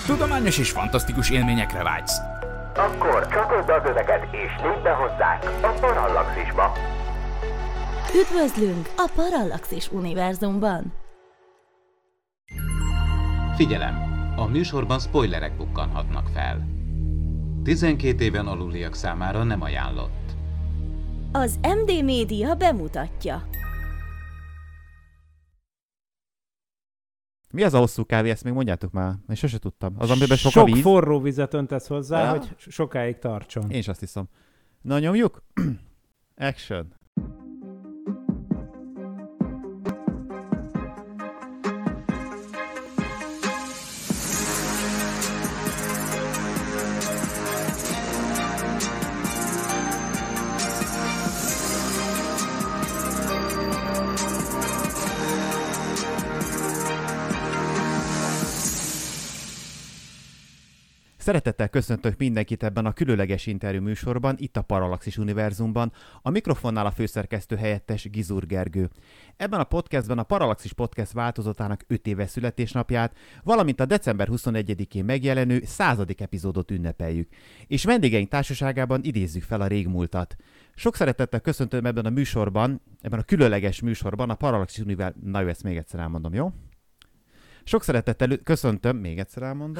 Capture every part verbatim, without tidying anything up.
Tudományos és fantasztikus élményekre vágysz? Akkor csatold az öveket és lépj be hozzánk a Parallaxisba! Üdvözlünk a Parallaxis univerzumban! Figyelem! A műsorban spoilerek bukkanhatnak fel. tizenkét éven aluliak számára nem ajánlott. Az em dé Média bemutatja. Mi az a hosszú kávé? Ezt még mondjátok már. Én sose tudtam. Az, amiben sok, sok a víz. forró vizet öntesz hozzá, ja. hogy sokáig tartson. Én is azt hiszem. Na, nyomjuk? Action. Szeretettel köszöntök mindenkit ebben a különleges interjú műsorban, itt a Parallaxis univerzumban, a mikrofonnál a főszerkesztő helyettes Gizur Gergő. Ebben a podcastben a Parallaxis podcast változatának öt éves születésnapját, valamint a december huszonegyedikén megjelenő századik epizódot ünnepeljük, és vendégeink társaságában idézzük fel a régmúltat. Sok szeretettel köszöntöm ebben a műsorban, ebben a különleges műsorban a Parallaxis univerzumban, na jó, ezt még egyszer elmondom, jó? Sok szeretettel köszöntöm, még egyszer elmondom.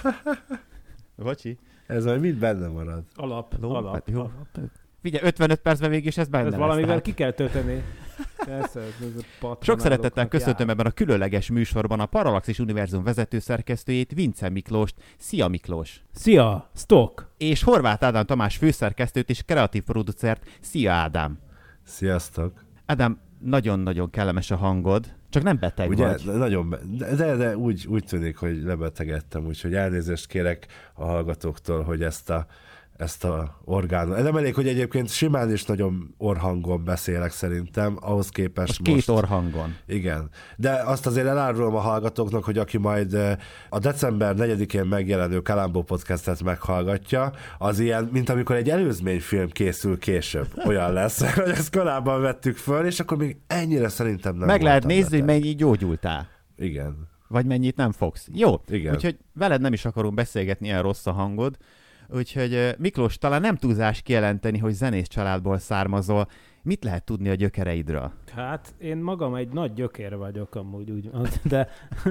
Bocsi. Ez majd mind benne marad. Alap, Ló, alap, hát jó. alap. Figyelj, ötvenöt percben végig is ez benne Ez lesz, valamivel tehát. ki kell tölteni. Persze, ez Sok szeretettel köszöntöm ebben a különleges műsorban a Parallaxis univerzum vezetőszerkesztőjét, Vince Miklóst. Szia Miklós! Szia! Stock! És Horváth Ádám Tamás főszerkesztőt és kreatív producert. Szia Ádám! Sziasztok! Ádám, nagyon-nagyon kellemes a hangod, csak nem beteg Ugye, vagy. Nagyon be... De, de úgy, úgy tűnik, hogy lebetegedtem, úgyhogy elnézést kérek a hallgatóktól, hogy ezt a, ezt a orgánon... Nem elég, hogy egyébként simán is nagyon orhangon beszélek szerintem, ahhoz képest most... most... két orhangon. Igen. De azt azért elárulom a hallgatóknak, hogy aki majd a december negyedikén megjelenő Kalambó podcastet meghallgatja, az ilyen, mint amikor egy előzményfilm készül később. Olyan lesz, hogy ezt korábban vettük föl, és akkor még ennyire szerintem nem Meg lehet nézni, beteg. hogy mennyit gyógyultál. Igen. Vagy mennyit nem fogsz. Jó, Igen. Úgyhogy veled nem is akarunk beszélgetni, ilyen rossz a hangod. Úgyhogy Miklós, talán nem túlzás kijelenteni, hogy zenész családból származol. Mit lehet tudni a gyökereidről? Hát én magam egy nagy gyökér vagyok amúgy, úgy, de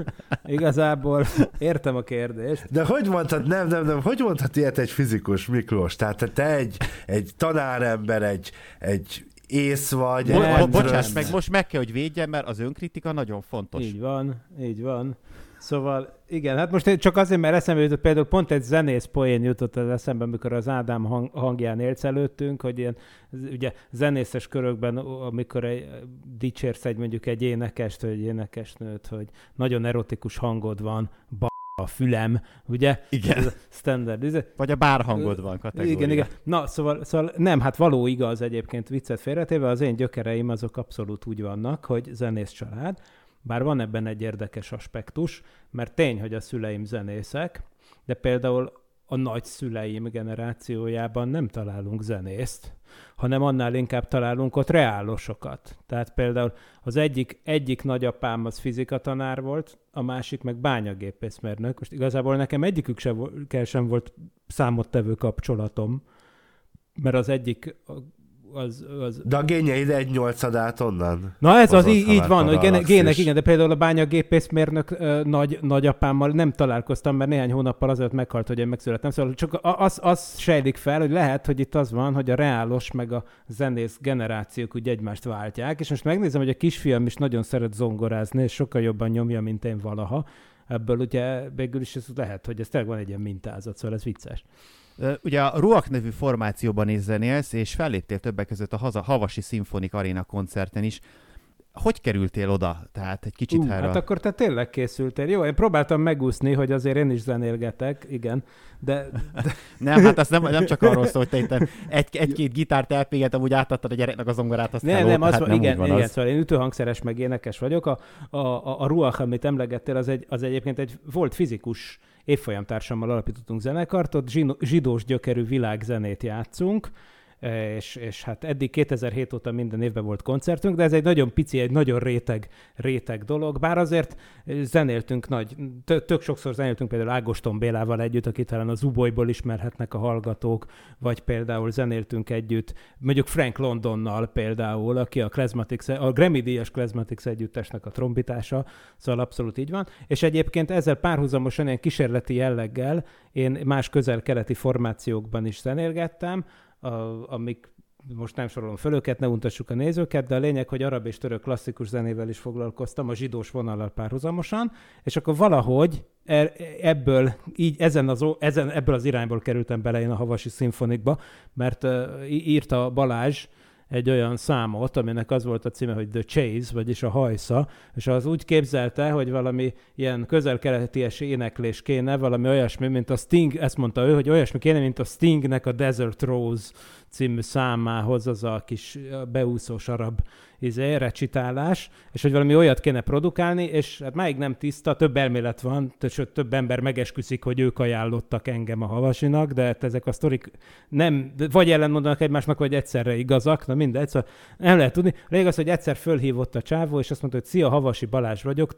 igazából értem a kérdést. De hogy mondhat, nem, nem, nem, hogy mondhat ilyet egy fizikus, Miklós? Tehát te egy, egy tanárember, egy, egy ész vagy. Bo- egy bo- bocsáss tröszt. meg, most meg kell, hogy védjem, mert az önkritika nagyon fontos. Így van, így van. Szóval igen, hát most csak azért, mert eszembe jutott, például pont egy zenész poén jutott az eszembe, amikor az Ádám hang, hangján élsz előttünk, hogy ilyen ugye zenészes körökben, amikor egy, dicsérsz egy mondjuk egy énekest, vagy egy énekesnőt, hogy nagyon erotikus hangod van, b*** a fülem, ugye? Igen. Ez a standard. Vagy a bárhangod van kategória. Igen, igen. Na, szóval, szóval nem, hát való igaz egyébként viccet félretéve, az én gyökereim azok abszolút úgy vannak, hogy zenész család, bár van ebben egy érdekes aspektus, mert tény, hogy a szüleim zenészek, de például a nagyszüleim generációjában nem találunk zenészt, hanem annál inkább találunk ott reálosokat. Tehát például az egyik, egyik nagyapám az fizikatanár volt, a másik meg bányagépészmérnök. Most igazából nekem egyikük sem, sem volt számottevő kapcsolatom, mert az egyik... Az, az... De a génjeid egy nyolcadát onnan? Na ez az, Hozott, így, így van, hogy gének, gének, is. igen, de például a bányagépészmérnök uh, nagy, nagyapámmal nem találkoztam, mert néhány hónappal azért meghalt, hogy én megszülettem. Szóval csak az, az sejlik fel, hogy lehet, hogy itt az van, hogy a reálos meg a zenész generációk úgy egymást váltják, és most megnézem, hogy a kisfiam is nagyon szeret zongorázni, és sokkal jobban nyomja, mint én valaha. Ebből ugye végül is ez lehet, hogy ez tényleg van egy ilyen mintázat, szóval ez vicces. Ugye a Ruak nevű formációban is zenélsz, és felléptél többek között a Haza, Havasi Szimfonik Aréna koncerten is. Hogy kerültél oda? Tehát egy kicsit uh, erre... Hát akkor te tényleg készültél. Jó, én próbáltam megúszni, hogy azért én is zenélgetek, igen, de... de... nem, hát az nem, nem csak arról szól, hogy te egy, egy-két gitárt elpéget, amúgy átadtad a gyereknek a zongorát, azt nem, hello, nem, az hát van, nem igen, van igen, az. szóval én ütőhangszeres meg énekes vagyok. A, a, a, a Ruach, amit emlegettél, az, egy, az egyébként egy volt fizikus évfolyamtársammal alapítottunk zenekart, ott zsidós gyökerű világzenét játszunk, és, és hát eddig kétezer-hét óta minden évben volt koncertünk, de ez egy nagyon pici, egy nagyon réteg, réteg dolog, bár azért zenéltünk nagy, tök sokszor zenéltünk például Ágoston Bélával együtt, akit talán az Uboyból ismerhetnek a hallgatók, vagy például zenéltünk együtt, mondjuk Frank Londonnal például, aki a, Klezmatics, a Grammy-díjas Klezmatics együttesnek a trombitása, szóval abszolút így van, és egyébként ezzel párhuzamosan ilyen kísérleti jelleggel én más közel-keleti formációkban is zenélgettem, a, amik most nem sorolom föl őket, ne untassuk a nézőket, de a lényeg, hogy arab és török klasszikus zenével is foglalkoztam, a zsidós vonallal párhuzamosan, és akkor valahogy ebből, így ezen az, ezen, ebből az irányból kerültem bele én a Havasi Szimfonikba, mert uh, írta Balázs egy olyan számot, aminek az volt a címe, hogy The Chase, vagyis a hajsza, és az úgy képzelte, hogy valami ilyen közel-keleties éneklés kéne, valami olyasmi, mint a Sting, ezt mondta ő, hogy olyasmi kéne, mint a Stingnek a Desert Rose című számához, az a kis beúszós arab izé, recitálás, és hogy valami olyat kéne produkálni, és hát máig nem tiszta, több elmélet van, sőt, több ember megesküszik, hogy ők ajánlottak engem a Havasinak, de hát ezek a sztorik nem, vagy ellentmondanak egymásnak, vagy egyszerre igazak, na mindegy, szóval nem lehet tudni. Lényeg az, hogy egyszer fölhívott a csávó, és azt mondta, hogy szia, Havasi Balázs vagyok,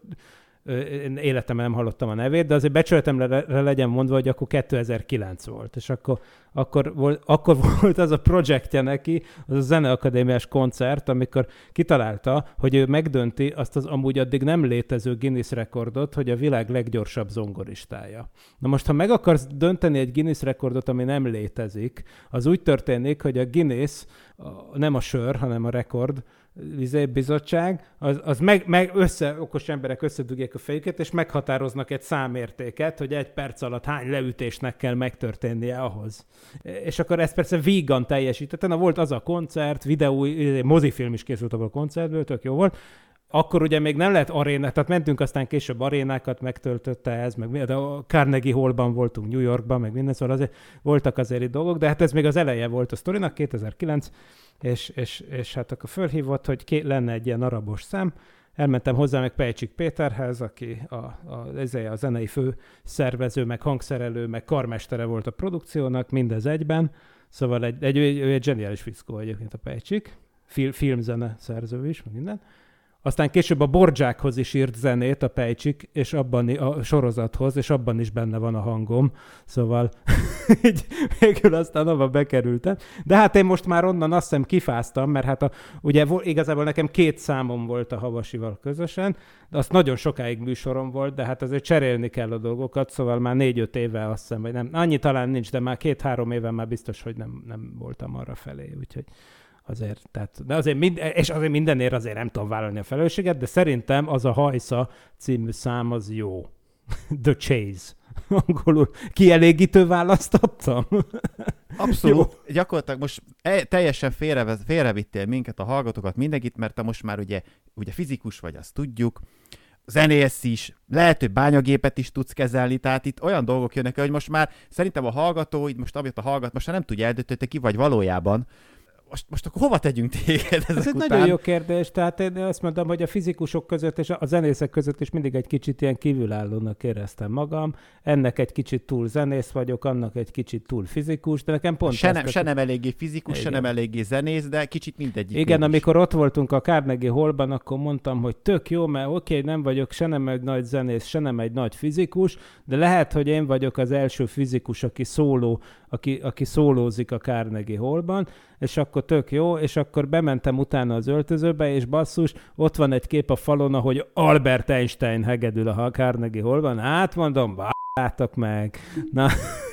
én életemben nem hallottam a nevét, de azért becsületemre legyen mondva, hogy akkor kétezer-kilenc volt, és akkor, akkor, volt, akkor volt az a projektje neki, az a Zeneakadémiás koncert, amikor kitalálta, hogy ő megdönti azt az amúgy addig nem létező Guinness rekordot, hogy a világ leggyorsabb zongoristája. Na most, ha meg akarsz dönteni egy Guinness rekordot, ami nem létezik, az úgy történik, hogy a Guinness, nem a sör, hanem a rekord, bizottság, az, az meg, meg össze, okos emberek összedugják a fejüket, és meghatároznak egy számértéket, hogy egy perc alatt hány leütésnek kell megtörténnie ahhoz. És akkor ezt persze vígan teljesítette. Na volt az a koncert, videó, mozifilm is készült abban a koncertből, tök jó volt. Akkor ugye még nem lehet arénát, tehát mentünk aztán később arénákat, megtöltötte ez, meg de a Carnegie Hallban voltunk, New Yorkban, meg minden, szóval azért voltak azért itt dolgok, de hát ez még az eleje volt a sztorinak, kétezer-kilenc, és, és, és hát akkor fölhívott, hogy ké, lenne egy ilyen arabos szám. Elmentem hozzá meg Pejcsik Péterhez, aki a, a, a zenei főszervező, meg hangszerelő, meg karmestere volt a produkciónak, mindez egyben. Szóval egy, egy, egy, egy zseniális fickó egyébként a Pejcsik, Fil, filmzene szerző is, minden. Aztán később a Bordzsákhoz is írt zenét a Pejcsik, és abban a sorozathoz, és abban is benne van a hangom. Szóval így végül aztán abba bekerültem. De hát én most már onnan azt hiszem kifáztam, mert hát a, ugye igazából nekem két számom volt a Havasival közösen, de azt nagyon sokáig műsorom volt, de hát azért cserélni kell a dolgokat, szóval már négy-öt éve azt hiszem, vagy nem, annyi talán nincs, de már két-három éve már biztos, hogy nem, nem voltam arra felé, úgyhogy azért, tehát, de azért mind, és azért mindenért azért nem tudom vállalni a felelősséget, de szerintem az a Hajsza című szám az jó. The Chase. Angolul kielégítő választottam? Abszolút. Jó. Gyakorlatilag most e, teljesen félre, félrevittél minket, a hallgatókat, mindenkit, mert te most már ugye, ugye fizikus vagy, azt tudjuk. Zenélsz is, lehet, hogy bányagépet is tudsz kezelni, tehát itt olyan dolgok jönnek el, hogy most már szerintem a hallgató, itt most amit a hallgat, most már nem tudja eldönteni, hogy te ki vagy valójában. Most, most akkor hova tegyünk téged ezek Ez egy után? nagyon jó kérdés, tehát én azt mondom, hogy a fizikusok között és a zenészek között is mindig egy kicsit ilyen kívülállónak éreztem magam. Ennek egy kicsit túl zenész vagyok, annak egy kicsit túl fizikus, de nekem pont... Se, nem, se nem eléggé fizikus, igen. Se nem eléggé zenész, de kicsit mindegyik. Igen, amikor ott voltunk a Carnegie Hallban, akkor mondtam, hogy tök jó, mert oké, okay, nem vagyok se nem egy nagy zenész, se nem egy nagy fizikus, de lehet, hogy én vagyok az első fizikus, aki szóló, aki, aki szólózik a Carnegie Hallban, és akkor tök jó, és akkor bementem utána az öltözőbe, és basszus, ott van egy kép a falon, ahogy Albert Einstein hegedül a Carnegie Hallban, hát mondom, bátok meg. Na...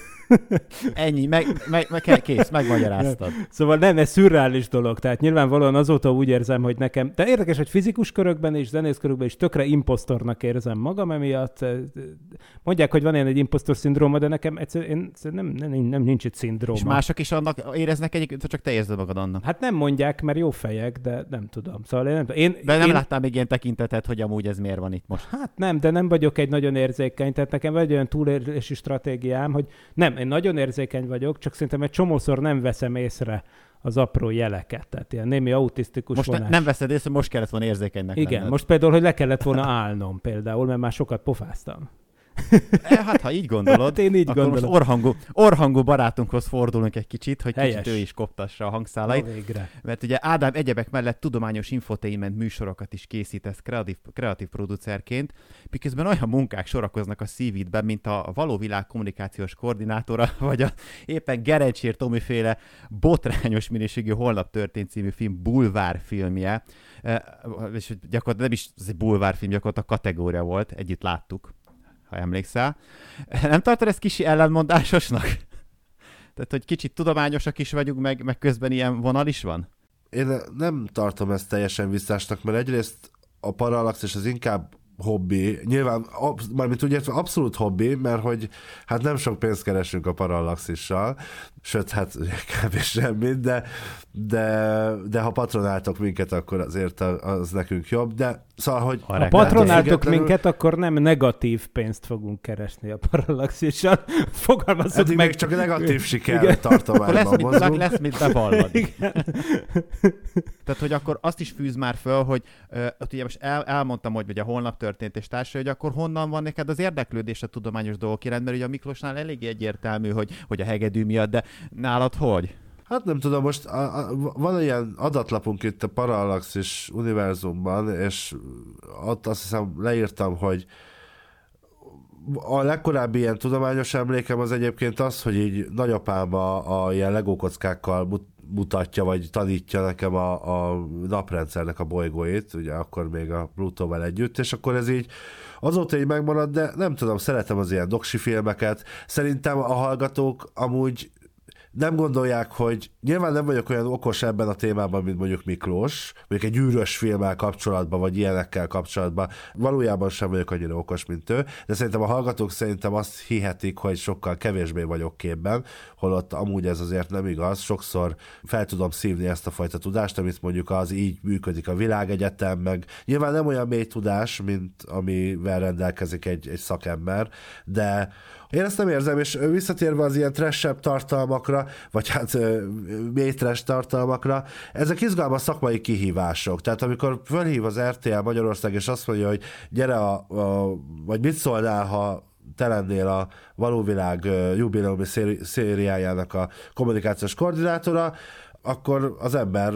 Ennyi, meg, meg, meg kész, megmagyaráztad. Szóval nem, ez szürreális dolog, tehát nyilvánvalóan azóta úgy érzem, hogy nekem, de érdekes, hogy fizikus körökben és zenész körökben is tökre imposztornak érzem magam emiatt. Mondják, hogy van ilyen egy imposztor szindróma, de nekem egyszerűen nem, nem, nem nincs itt szindróma. És mások is annak éreznek egyébként, csak te érzed magad annak. Hát nem mondják, mert jó fejek, de nem tudom. Szóval én nem tudom. Én, de nem én... láttál még ilyen tekintetet, hogy amúgy ez miért van itt most? Hát nem, de nem vagyok egy nagyon érzékeny, tehát nekem vagy olyan túlélési stratégiám, hogy nem, én nagyon érzékeny vagyok, csak szerintem egy csomószor nem veszem észre az apró jeleket, tehát ilyen némi autisztikus most vonás. Ne, nem veszed észre, most kellett volna érzékenynek Igen, lenned. most például, hogy le kellett volna állnom például, mert már sokat pofáztam. E, hát, ha így gondolod, én így akkor gondolom. most orhangú, orhangú barátunkhoz fordulunk egy kicsit, hogy Helyes. kicsit ő is koptassa a hangszálait. Na végre. Mert ugye Ádám egyebek mellett tudományos infotainment műsorokat is készítesz kreatív, kreatív producerként, miközben olyan munkák sorakoznak a szívidben, mint a való világ kommunikációs koordinátora, vagy a éppen Gerencsér Tomiféle botrányos minőségű Holnap történt című film bulvárfilmje, és gyakorlatilag nem is ez egy bulvárfilm, gyakorlatilag a kategória volt, együtt láttuk, ha emlékszel. Nem tartod ezt kicsi ellenmondásosnak? Tehát, hogy kicsit tudományosak is vagyunk, meg, meg közben ilyen vonal is van? Én nem tartom ezt teljesen visszásnak, mert egyrészt a Parallax az inkább hobbi, nyilván, ab, mármint úgy értve abszolút hobbi, mert hogy hát nem sok pénzt keresünk a Parallaxissal, sőt, hát kb. Semmit, de, de, de ha patronáltok minket, akkor azért az nekünk jobb, de szóval, hogy... Ha patronáltok minket, akkor nem negatív pénzt fogunk keresni a Parallaxissal. Fogalmazzuk eddig meg. még csak a negatív siker tartományban lesz, mozgunk. mit, lesz mit bevallani. Tehát, hogy akkor azt is fűz már föl, hogy uh, ott ugye most el, elmondtam, hogy ugye holnap történt és társai, hogy akkor honnan van neked az érdeklődés a tudományos dolgok iránt, mert ugye a Miklósnál eléggé egyértelmű, hogy, hogy a hegedű miatt, de nálad hogy? Hát nem tudom, most a, a, van ilyen adatlapunk itt a Parallaxis univerzumban, és ott azt hiszem leírtam, hogy a legkorábbi ilyen tudományos emlékem az egyébként az, hogy így nagyapám a, a ilyen legókockákkal mut, mutatja, vagy tanítja nekem a, a naprendszernek a bolygóit, ugye akkor még a Plutóval együtt, és akkor ez így azóta így megmaradt, de nem tudom, szeretem az ilyen doksi filmeket. Szerintem a hallgatók amúgy nem gondolják, hogy nyilván nem vagyok olyan okos ebben a témában, mint mondjuk Miklós, mondjuk egy űrös filmmel kapcsolatban, vagy ilyenekkel kapcsolatban. Valójában sem vagyok annyira okos, mint ő, de szerintem a hallgatók szerintem azt hihetik, hogy sokkal kevésbé vagyok képben, holott amúgy ez azért nem igaz. Sokszor fel tudom szívni ezt a fajta tudást, amit mondjuk az így működik a világegyetem, meg nyilván nem olyan mély tudás, mint amivel rendelkezik egy, egy szakember, de én ezt nem érzem, és visszatérve az ilyen trash-ebb tartalmakra, vagy hát mély trash tartalmakra, ezek izgalmas szakmai kihívások. Tehát amikor fölhív az er té el Magyarország, és azt mondja, hogy gyere, a, a, vagy mit szólnál, ha te lennél a valóvilág jubileumi szériájának a kommunikációs koordinátora, akkor az ember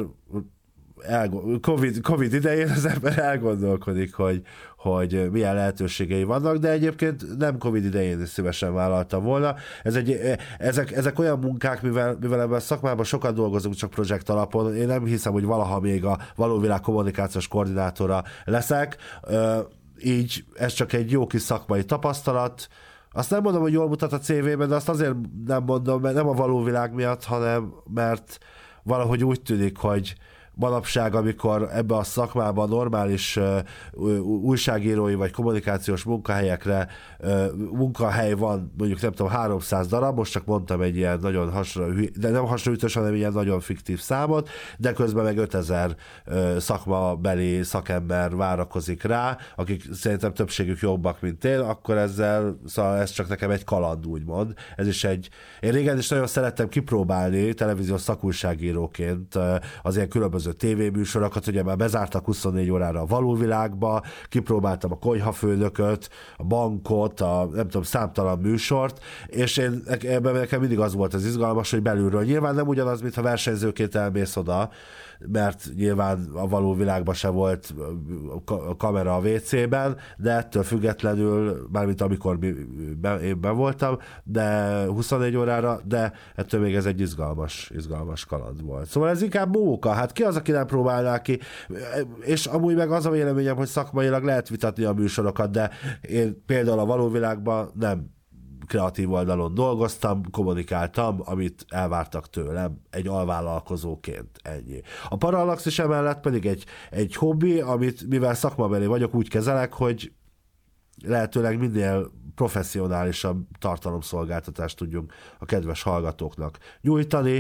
elgond, COVID, COVID idején az ember elgondolkodik, hogy, hogy milyen lehetőségei vannak, de egyébként nem Covid idején is szívesen vállalta volna. Ez egy, ezek, ezek olyan munkák, mivel, mivel ebben a szakmában sokat dolgozunk csak projekt alapon, én nem hiszem, hogy valaha még a valóvilág kommunikációs koordinátora leszek, így ez csak egy jó kis szakmai tapasztalat. Azt nem mondom, hogy jól mutat a cé vében, de azt azért nem mondom, mert nem a valóvilág miatt, hanem mert valahogy úgy tűnik, hogy manapság, amikor ebbe a szakmában normális uh, újságírói vagy kommunikációs munkahelyekre uh, munkahely van, mondjuk nem tudom, háromszáz darab, most csak mondtam egy ilyen nagyon hasonló, de nem hasonlítós, hanem ilyen nagyon fiktív számot, de közben meg ötezer uh, szakmabeli szakember várakozik rá, akik szerintem többségük jobbak, mint én, akkor ezzel, szóval ez csak nekem egy kaland, úgymond. Ez is egy, én régen is nagyon szerettem kipróbálni televíziós szakújságíróként uh, az ilyen különböző tévéműsorokat, ugye már bezártak huszonnégy órára a valóvilágba, kipróbáltam a konyhafőnököt, a bankot, a nem tudom, számtalan műsort, és én, ebben nekem mindig az volt az izgalmas, hogy belülről nyilván nem ugyanaz, mintha versenyzőként elmész oda, mert nyilván a való világban se volt a kamera a vé cében, de ettől függetlenül, mármint amikor mi, én ben voltam, de huszonnégy órára, de ettől még ez egy izgalmas, izgalmas kaland volt. Szóval ez inkább móka, hát ki az, aki nem próbálná ki, és amúgy meg az a véleményem, hogy szakmailag lehet vitatni a műsorokat, de én például a való világban nem kreatív oldalon dolgoztam, kommunikáltam, amit elvártak tőlem egy alvállalkozóként, ennyi. A Parallaxis emellett pedig egy, egy hobbi, amit mivel szakmabeli vagyok, úgy kezelek, hogy lehetőleg minél professzionálisabb tartalomszolgáltatást tudjunk a kedves hallgatóknak nyújtani,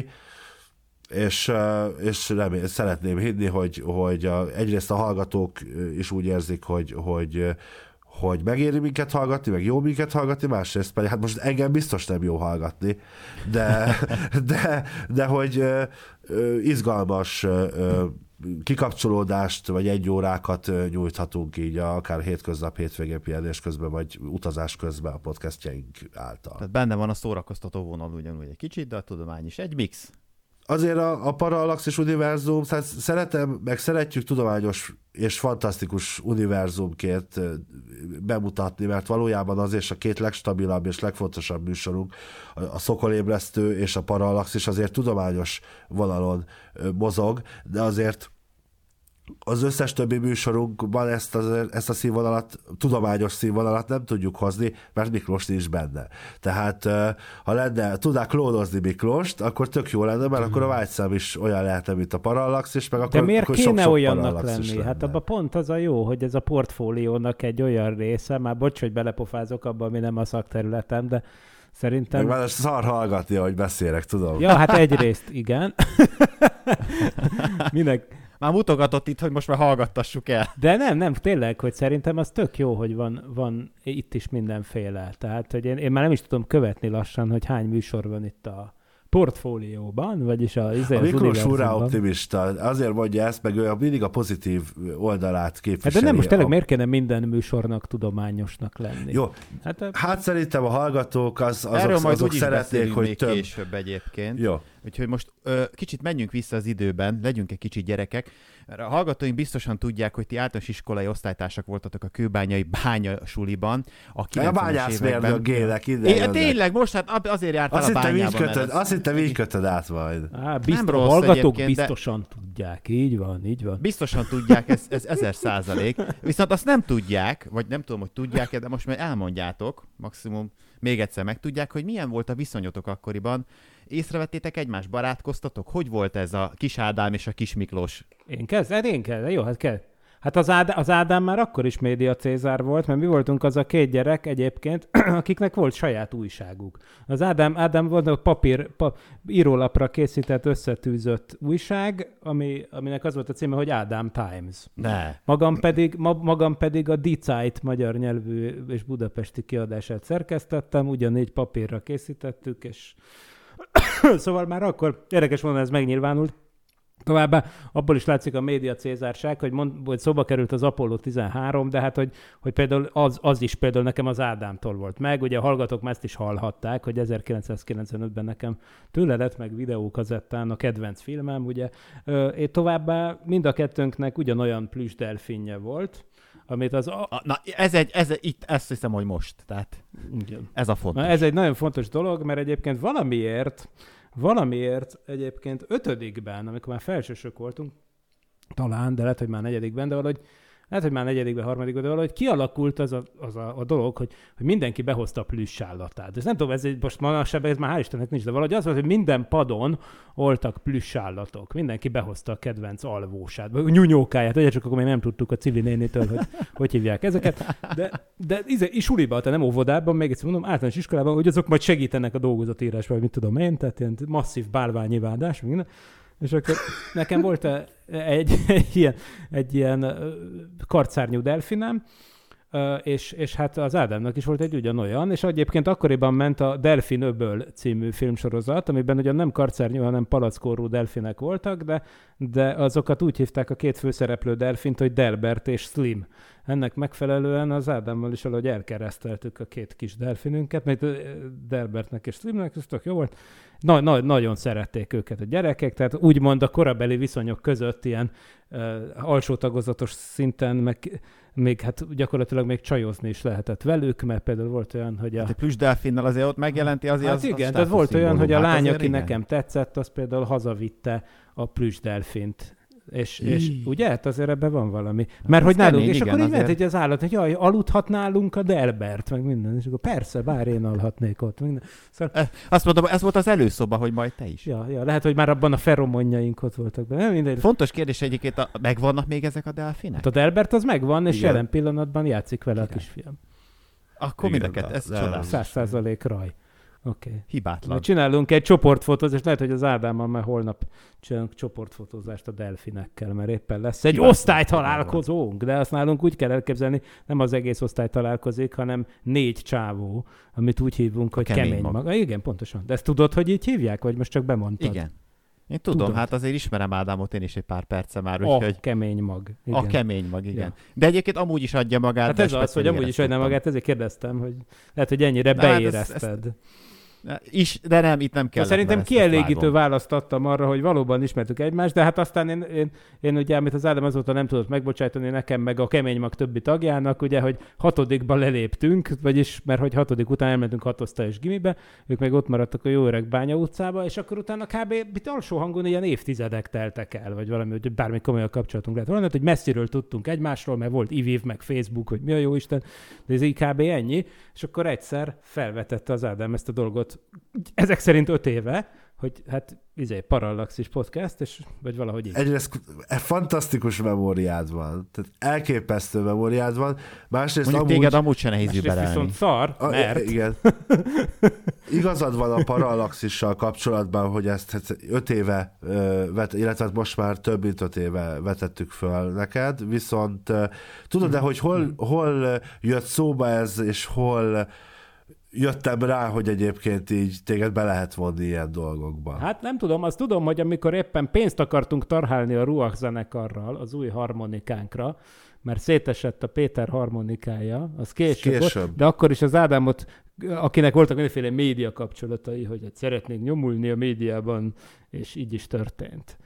és, és remény, szeretném hinni, hogy, hogy a, egyrészt a hallgatók is úgy érzik, hogy, hogy hogy megéri minket hallgatni, meg jó minket hallgatni, másrészt pedig, hát most engem biztos nem jó hallgatni, de, de, de hogy ö, ö, izgalmas ö, kikapcsolódást, vagy egy órákat nyújthatunk így, akár hétköznap, hétvégén pihenés közben, vagy utazás közben a podcastjaink által. Tehát benne van a szórakoztató vonal ugyanúgy egy kicsit, de a tudomány is egy mix. Azért a, a Parallaxis univerzum, szeretem, meg szeretjük tudományos és fantasztikus univerzumként bemutatni, mert valójában az és a két legstabilabb és legfontosabb műsorunk, a Szokolébresztő és a Parallaxis azért tudományos vonalon mozog, de azért az összes többi műsorunkban ezt, az, ezt a színvonalat, tudományos színvonalat nem tudjuk hozni, mert Miklós nincs benne. Tehát ha lenne, tudnák klónozni Miklóst, akkor tök jó lenne, mert akkor a vágyszám is olyan lehetne, mint a Parallaxis, meg akkor de miért akkor kéne sok-sok olyannak lenni? lenne. Hát abban pont az a jó, hogy ez a portfóliónak egy olyan része, már bocs, hogy belepofázok abba, ami nem a szakterületem, de szerintem... Meg már szar hallgatni, ahogy beszélek, tudom. Ja, hát egyrészt igen. Minek... Már mutogatott itt, hogy most már hallgattassuk el. De nem, nem, tényleg, hogy szerintem az tök jó, hogy van, van itt is mindenféle. Tehát, hogy én, én már nem is tudom követni lassan, hogy hány műsor van itt a portfólióban, vagyis a, az a Miklós úrá optimista, azért mondja ezt, meg ő mindig a pozitív oldalát képviseli. Hát de nem, most tényleg a... miért kéne minden műsornak tudományosnak lenni? Jó, hát, a... hát szerintem a hallgatók az, azok, Erről majd azok szeretnék, hogy még több... később egyébként. Jó. Úgyhogy most ö, kicsit menjünk vissza az időben, legyünk egy kicsit gyerekek. A hallgatóink biztosan tudják, hogy ti általános iskolai osztálytársak voltatok a kőbányai bányasuliban. A kilencvenes években. A gélek ide é, tényleg, most hát azért jártál azt a bányában. Kötöd, azt hittem így kötöd át majd. Á, biztos, a hallgatók biztosan de... tudják, így van, így van. Biztosan tudják, ez, ez ezer százalék. Viszont azt nem tudják, vagy nem tudom, hogy tudják, de most már elmondjátok, maximum még egyszer megtudják, hogy milyen volt a viszonyotok akkoriban. Észrevettétek egymást, barátkoztatok? Hogy volt ez a kis Ádám és a kis Miklós? Én kezd? Hát én kezd. Jó, hát kell. Hát az, Ád- az Ádám már akkor is média Cézár volt, mert mi voltunk az a két gyerek egyébként, akiknek volt saját újságuk. Az Ádám, Ádám volt a papír, pa, írólapra készített, összetűzött újság, ami, aminek az volt a címe, hogy Ádám Times. Ne. Magam pedig, ma, magam pedig a Die Zeit magyar nyelvű és budapesti kiadását szerkesztettem, ugyanígy papírra készítettük, és szóval már akkor érdekes volna, ez megnyilvánult. Továbbá abból is látszik a média cézárság, hogy, mond, hogy szóba került az Apollo tizenhárom, de hát, hogy, hogy például az, az is például nekem az Ádámtól volt meg. Ugye a hallgatók már ezt is hallhatták, hogy ezerkilencszázkilencvenötben nekem tőle lett meg videókazettán a kedvenc filmem, ugye. Én továbbá mind a kettőnknek ugyanolyan plüss delfinje volt, amit az... A... A, na, ez egy, ez egy, itt ezt hiszem, hogy most, tehát igen. Ez a fontos. Na, ez egy nagyon fontos dolog, mert egyébként valamiért, valamiért egyébként ötödikben, amikor már felsősök voltunk, talán, de lehet, hogy már negyedikben, de valahogy lehet, hogy már negyedikben, harmadikban, de valahogy kialakult az a, az a, a dolog, hogy, hogy mindenki behozta a plüss állatát. Ez nem tudom, ez egy, most manapság ez már hál' Istennek nincs, de valahogy az volt, hogy minden padon voltak plüss állatok. Mindenki behozta a kedvenc alvósát, vagy nyúnyókáját, ugye csak akkor még nem tudtuk a Cili nénitől, hogy hogy hívják ezeket. De, de is suliba, tehát nem óvodában, még egyszer mondom, általános iskolában, hogy azok majd segítenek a dolgozatírásban, vagy mit tudom én, tehát ilyen masszív bálványivádás, minden. És akkor nekem volt egy, egy ilyen, egy ilyen kartszárnyú delfinem, és, és hát az Ádámnak is volt egy ugyanolyan, és egyébként akkoriban ment a Delfin öböl című filmsorozat, amiben ugyan nem kartszárnyú, hanem palackorú delfinek voltak, de, de azokat úgy hívták a két főszereplő delfint, hogy Delbert és Slim. Ennek megfelelően az Ádámmal is valahogy elkereszteltük a két kis delfinünket, mert Delbertnek és Slimnek, ez tök jó volt. Na, na, nagyon szerették őket a gyerekek, tehát úgymond a korabeli viszonyok között ilyen uh, alsó tagozatos szinten, meg még hát gyakorlatilag még csajozni is lehetett velük, mert például volt olyan, hogy a... Hát a plüss delfinnel azért ott megjelenti azért hát az, igen, az tehát volt olyan, hogy a hát lány, aki igen. nekem tetszett, az például hazavitte a plüss delfint. És, és ugye, hát azért ebben van valami. Mert hogy nálunk, kemény, és igen, akkor így ment egy az állat, hogy jaj, aludhat nálunk a Delbert, meg minden. És akkor persze, bár én alhatnék ott. Minden. Szóval... Azt mondom, ez volt az előszoba, hogy majd te is. Ja, ja, lehet, hogy már abban a feromonjaink ott voltak benne. Minden... Fontos kérdés egyébként, a... megvannak még ezek a delfinek? Hát a Delbert az megvan, és igen. Jelen pillanatban játszik vele igen. a kisfiam. Akkor mindeket, ez csodálatos. Száz százalék raj. Oké. Okay. Hibátlan. Mi csinálunk egy csoportfotót, és lehet, hogy az Ádámmal már holnap csinálunk csoportfotózást a delfinekkel, mert éppen lesz egy hibátlan osztálytalálkozónk, de azt nálunk úgy kell elképzelni, nem az egész osztály találkozik, hanem négy csávó, amit úgy hívunk, a hogy kemény, kemény maga. maga. Igen, pontosan. De ezt tudod, hogy így hívják, vagy most csak bemondtad? Igen. Én tudom, Tudod. hát azért ismerem Ádámot én is egy pár perce már, A úgyhogy... kemény mag. Igen. A kemény mag, igen. Ja. De egyébként amúgy is adja magát. Hát de ez az, hogy speciál amúgy is adja éreztem. magát, ezért kérdeztem, hogy lehet, hogy ennyire De hát ez- beérezted. ezt- Is, de nem, itt nem kell. De szerintem kielégítő választ adtam arra, hogy valóban ismertük egymást, de hát aztán én, én, én ugye, amit az Ádám azóta nem tudott megbocsájtani nekem, meg a kemény mag többi tagjának, ugye, hogy hatodikba leléptünk, vagyis, mert hogy hatodik után elmentünk hatosztályos gimibe, ők meg ott maradtak a jó öreg Bánya utcába, és akkor utána kb. Itt alsó hangon ilyen évtizedek teltek el, vagy valami, hogy bármi komolyabb kapcsolatunk lehet. Valami, hogy messziről tudtunk egymásról, mert volt i vé meg Facebook, hogy mi a jó Isten, de ez így kb. Ennyi, és akkor egyszer felvetette az Ádám ezt a dolgot, ezek szerint öt éve, hogy hát izé, Parallaxis podcast, és vagy valahogy így. Egyrészt fantasztikus memóriád van, tehát elképesztő memóriád van, másrészt Mondjuk amúgy... téged amúgy se nehéz Másrészt überelni. viszont szar, A, mert... Igen. Igazad van a Parallaxissal kapcsolatban, hogy ezt hát öt éve, ö, vet, illetve hát most már több mint öt éve vetettük föl neked, viszont ö, tudod-e, hogy hol, hol jött szóba ez, és hol jöttem rá, hogy egyébként így téged be lehet vonni ilyen dolgokba. Hát nem tudom, azt tudom, hogy amikor éppen pénzt akartunk tarhálni a Ruach zenekarral az új harmonikánkra, mert szétesett a Péter harmonikája, az később, Később. Volt, de akkor is az Ádámot, akinek voltak mindenféle média kapcsolatai, hogy hát szeretnék nyomulni a médiában, és így is történt.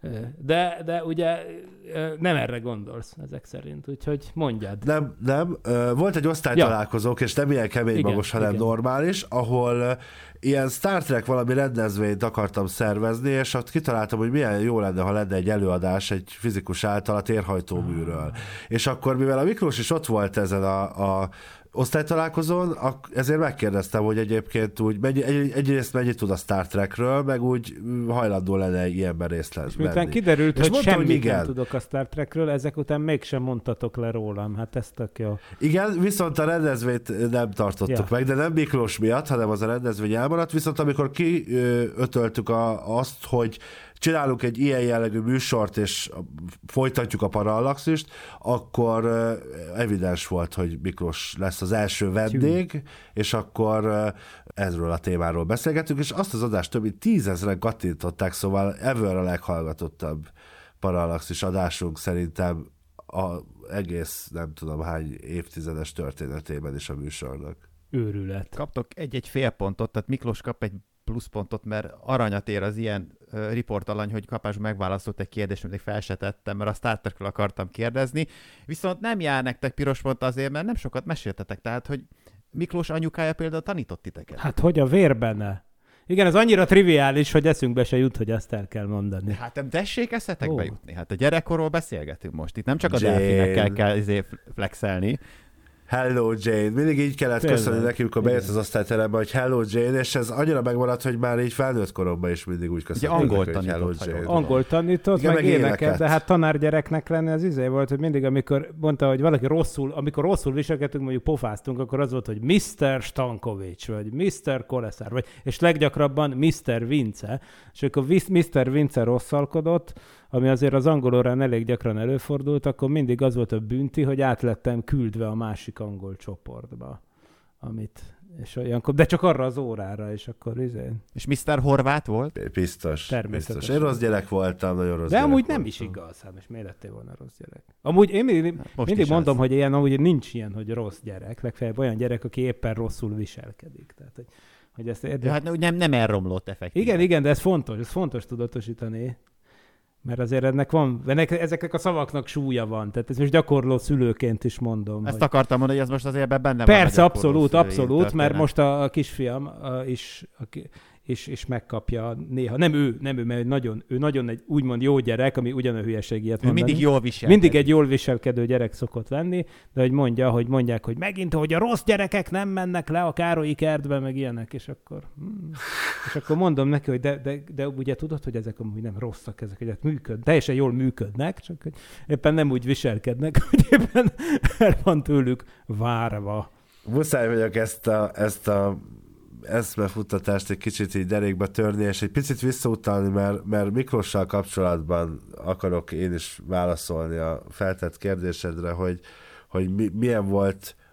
De, de ugye nem erre gondolsz ezek szerint, úgyhogy mondjad. Nem, nem. Volt egy osztálytalálkozók, ja. És nem ilyen kemény Igen, magos, hanem igen. normális, ahol ilyen Star Trek valami rendezvényt akartam szervezni, és ott kitaláltam, hogy milyen jó lenne, ha lenne egy előadás egy fizikus által a térhajtóműről. Ah. És akkor, mivel a Miklós is ott volt ezen a, a osztálytalálkozón, ezért megkérdeztem, hogy egyébként úgy mennyi, egy, egyrészt mennyit tud a Star Trekről, meg úgy hajlandó lenne ilyenben részt lenni. És miután kiderült, és hogy mondta, semmit hogy nem tudok a Star Trekről, ezek után mégsem mondtatok le rólam. Hát ez tök jó. Igen, viszont a rendezvényt nem tartottuk Ja. meg, de nem Miklós miatt, hanem az a rendezvény elmaradt, viszont amikor kiötöltük a, azt, hogy csinálunk egy ilyen jellegű műsort, és folytatjuk a Parallaxist, akkor evidens volt, hogy Miklós lesz az első vendég, és akkor ezről a témáról beszélgetünk, és azt az adást több mint tízezren kattintották, szóval ever a leghallgatottabb Parallaxis adásunk szerintem a egész, nem tudom hány évtizedes történetében is a műsornak. Őrület. Kaptok egy-egy fél pontot, tehát Miklós kap egy pluszpontot, mert aranyat ér az ilyen uh, riportalany, hogy kapásban megválaszolt egy kérdést, amit fel se tettem, mert a Star Trekről akartam kérdezni. Viszont nem jár nektek piros pont azért, mert nem sokat meséltetek. Tehát, hogy Miklós anyukája például tanított titeket. Hát hogy a vérbenne? Igen, ez annyira triviális, hogy eszünkbe se jut, hogy ezt el kell mondani. Hát nem tessék eszetekbe Ó. jutni. Hát a gyerekkorról beszélgetünk most. Itt nem csak a Jane. delfinekkel kell izé flexelni. Hello Jane. Mindig így kellett Tényleg. köszönni neki, amikor bejött az osztályterembe, hogy Hello Jane, és ez annyira megmaradt, hogy már így felnőtt koromban is mindig úgy köszönöm. Ugye angol neki, hogy Hello tanított, ha Jane. jól Angol tanított, Igen, meg meg éneket, éneket. de hát tanárgyereknek lenni az izé volt, hogy mindig, amikor mondta, hogy valaki rosszul, amikor rosszul viselkedtünk, mondjuk pofáztunk, akkor az volt, hogy miszter Stankovics, vagy miszter Koleszár, vagy, és leggyakrabban miszter Vince, és akkor miszter Vince rosszalkodott, ami azért az angol órán elég gyakran előfordult, akkor mindig az volt a bünti, hogy át lettem küldve a másik angol csoportba, amit, és olyankor, de csak arra az órára, és akkor izé. És miszter Horváth volt? Biztos. Természetesen. Biztos. Én rossz gyerek voltam, nagyon rossz De gyerek amúgy nem voltam. is igaz, hát most miért lettél volna rossz gyerek? Amúgy én mindig, Most mindig is mondom, az. hogy ilyen, amúgy nincs ilyen, hogy rossz gyerek, legfeljebb olyan gyerek, aki éppen rosszul viselkedik. Tehát, hogy, hogy ezt érde... Ja, hát nem, nem elromlott effektív. Igen, igen, de ez fontos, ez fontos tudatosítani. Mert azért ennek van, ennek, ezeknek a szavaknak súlya van. Tehát ezt most gyakorló szülőként is mondom. Ezt hogy... akartam mondani, hogy ez most azért benne van. Persze, a abszolút, gyakorló abszolút, szülői mert történet. most a, a kisfiam a, is, aki, és, és megkapja néha. Nem ő, nem ő, mert nagyon, ő nagyon egy úgymond jó gyerek, ami ugyan a hülyeség ilyet Ő mondani. mindig jól viselkedik. Mindig egy jól viselkedő gyerek szokott lenni, de hogy mondja, hogy mondják, hogy megint, hogy a rossz gyerekek nem mennek le a Károlyi kertbe, meg ilyenek, és akkor, hmm. és akkor mondom neki, hogy de, de, de ugye tudod, hogy ezek amúgy nem rosszak, ezek egyet működ, teljesen jól működnek, csak hogy éppen nem úgy viselkednek, hogy éppen el van tőlük várva. Muszáj vagyok ezt a, ezt a eszmefuttatást egy kicsit így derékbe törni, és egy picit visszautalni, mert, mert Miklóssal kapcsolatban akarok én is válaszolni a feltett kérdésedre, hogy, hogy mi, milyen volt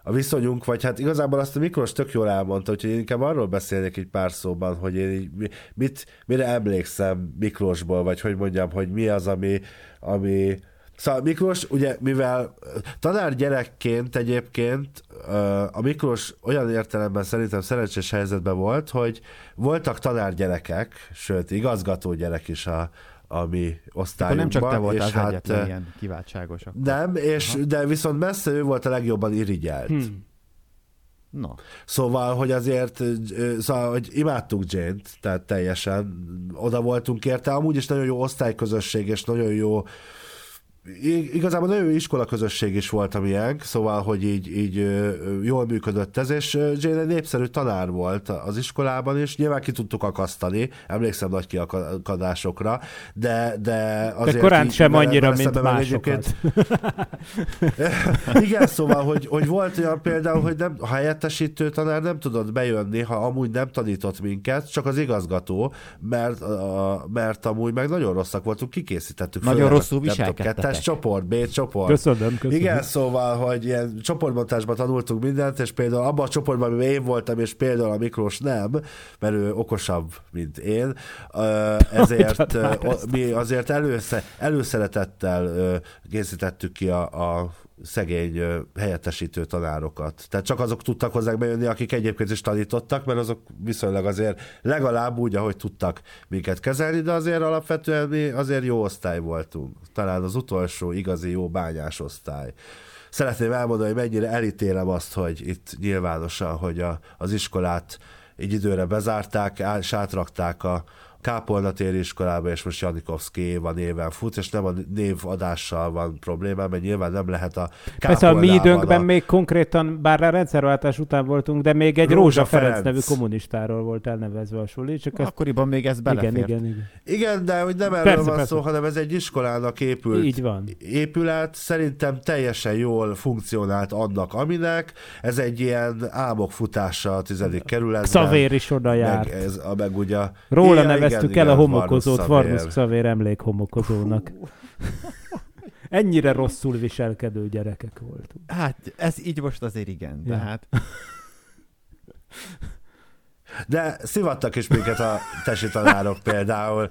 a viszonyunk, vagy hát igazából azt a Miklós tök jól elmondta, úgyhogy én inkább arról beszélnék egy pár szóban, hogy én így, mit, mire emlékszem Miklósból, vagy hogy mondjam, hogy mi az, ami, ami... Szóval Miklós, ugye, mivel tanár gyerekként egyébként a Miklós olyan értelemben szerintem szerencsés helyzetben volt, hogy voltak tanár gyerekek, sőt, igazgató gyerek is a, a mi osztályunkban. Akkor nem csak te voltál az hát, egyetlen ilyen kiváltságos. Akkor. Nem, és, de viszont messze ő volt a legjobban irigyelt. Hmm. No. Szóval, hogy azért, szóval, hogy imádtuk Jane-t, tehát teljesen oda voltunk érte. Amúgy is nagyon jó osztályközösség, és nagyon jó, igazából nagyon jó iskolaközösség is volt a miénk, szóval, hogy így, így jól működött ez, és Jane egy népszerű tanár volt az iskolában is, nyilván ki tudtuk akasztani, emlékszem nagy kiakadásokra, de, de azért... De korán így, sem vele, annyira, vele mint másokat. Igen, szóval, hogy, hogy volt olyan például, hogy nem, ha helyettesítő tanár nem tudott bejönni, ha amúgy nem tanított minket, csak az igazgató, mert, a, mert amúgy meg nagyon rosszak voltunk, kikészítettük. Nagyon rosszul viselkedtetek. Csoport, B csoport. Köszönöm, köszönöm. Igen, szóval, hogy ilyen csoportbontásban tanultunk mindent, és például abban a csoportban, amiben én voltam, és például a Miklós nem, mert ő okosabb, mint én, ezért mi azért elősze, előszeretettel készítettük ki a, a szegény helyettesítő tanárokat. Tehát csak azok tudtak hozzánk bejönni, akik egyébként is tanítottak, mert azok viszonylag azért legalább úgy, ahogy tudtak minket kezelni, de azért alapvetően mi azért jó osztály voltunk. Talán az utolsó igazi jó bányás osztály. Szeretném elmondani, hogy mennyire elítélem azt, hogy itt nyilvánosan, hogy a, az iskolát így időre bezárták, és átrakták a Kápolna téri iskolába, és most Janikovszky Éva néven fut, és nem a névadással van probléma, mert nyilván nem lehet a Kápolnában. Persze a mi időnkben a... még konkrétan, bár a rendszerváltás után voltunk, de még egy Rózsa, Rózsa Ferenc, Ferenc nevű kommunistáról volt elnevezve a suli. Csak ezt... Akkoriban még ez belefért. Igen, igen, igen. Igen, de hogy nem erről persze, van persze. szó, hanem ez egy iskolának épült Így van. épület, szerintem teljesen jól funkcionált annak, aminek. Ez egy ilyen álmok futása a tizedik kerületben. Xavér is oda járt. Meg, ez, meg ugye, Róla igen, neveztük igen, el igen, a homokozót, Varnusz Varnusz Xavér emlék homokozónak. Ennyire rosszul viselkedő gyerekek voltunk. Hát ez így most azért igen, Ja. tehát... De szivattak is minket a tesi tanárok például,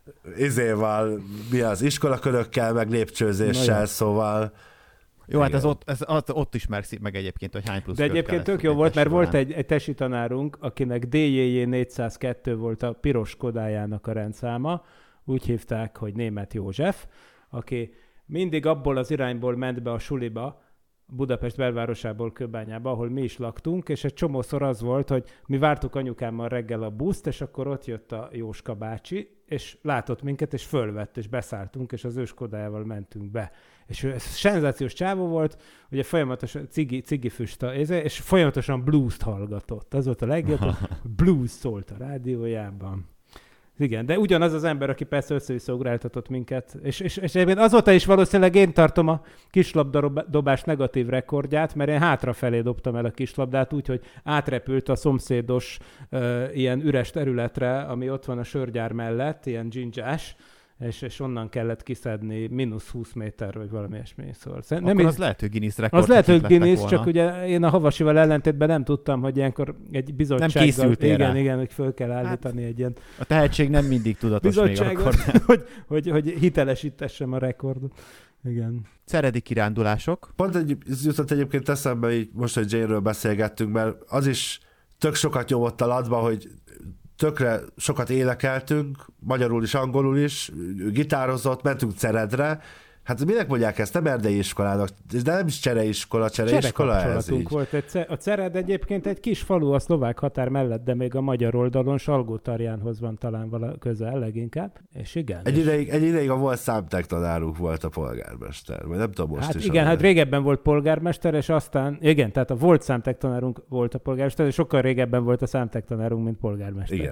izéval, mi az, iskolakörökkel, meg lépcsőzéssel, szóval... Jó, hát igen. ez ott, ez ott, ott ismerszik meg egyébként, hogy hány plusz De kör egyébként kellett tök jó volt, mert során. volt egy, egy tesi tanárunk, akinek D J J négyszázkettő volt a piros Kodályának a rendszáma, úgy hívták, hogy Németh József, aki mindig abból az irányból ment be a suliba, Budapest belvárosából Kőbányába, ahol mi is laktunk, és egy csomószor az volt, hogy mi vártuk anyukámmal reggel a buszt, és akkor ott jött a Jóska bácsi, és látott minket, és fölvett, és beszálltunk, és az őskodájával mentünk be. És ő ez senzációs csávó volt, ugye folyamatosan cigi, cigi füsta, és folyamatosan blues-t hallgatott. Az volt a legjobb, blues szólt a rádiójában. Igen, de ugyanaz az ember, aki persze össze-visszaugráltatott minket, és, és, és azóta is valószínűleg én tartom a kislabdadobás negatív rekordját, mert én hátrafelé dobtam el a kislabdát úgy, hogy átrepült a szomszédos uh, ilyen üres területre, ami ott van a sörgyár mellett, ilyen dzsindzsás, és, és onnan kellett kiszedni mínusz húsz méter, vagy valami ilyesmi. Szóval Akkor nem az lehet, hogy Guinness rekord. Az lehet, hogy Guinness, csak ugye én a Havasival ellentétben nem tudtam, hogy ilyenkor egy bizottsággal... Nem készültél igen, rá. igen, hogy föl kell állítani hát, egy ilyen... A tehetség nem mindig tudatos még akkor. hogy, hogy, hogy hitelesítessem a rekordot. Igen. Ceredi kirándulások. Pont egy, jutott egyébként eszembe, így most, hogy Jane-ről beszélgettünk, mert az is tök sokat nyomott a latba, hogy tökre sokat énekeltünk, magyarul is, angolul is, gitározott, mentünk Ceredre. Hát minek mondják ezt? Nem erdei iskolának, de nem is csereiskola, csereiskola ez így. Volt. Egy, a Cered egyébként egy kis falu a szlovák határ mellett, de még a magyar oldalon Salgótarjánhoz van talán vala közel leginkább. És igen. Egy és... ideig, egy ideig a volt számtek tanárunk volt a polgármester, vagy nem tudom most hát is. igen, hát régebben volt polgármester, és aztán, igen, tehát a volt számtek tanárunk volt a polgármester, és sokkal régebben volt a számtek tanárunk, mint polgármester. Igen.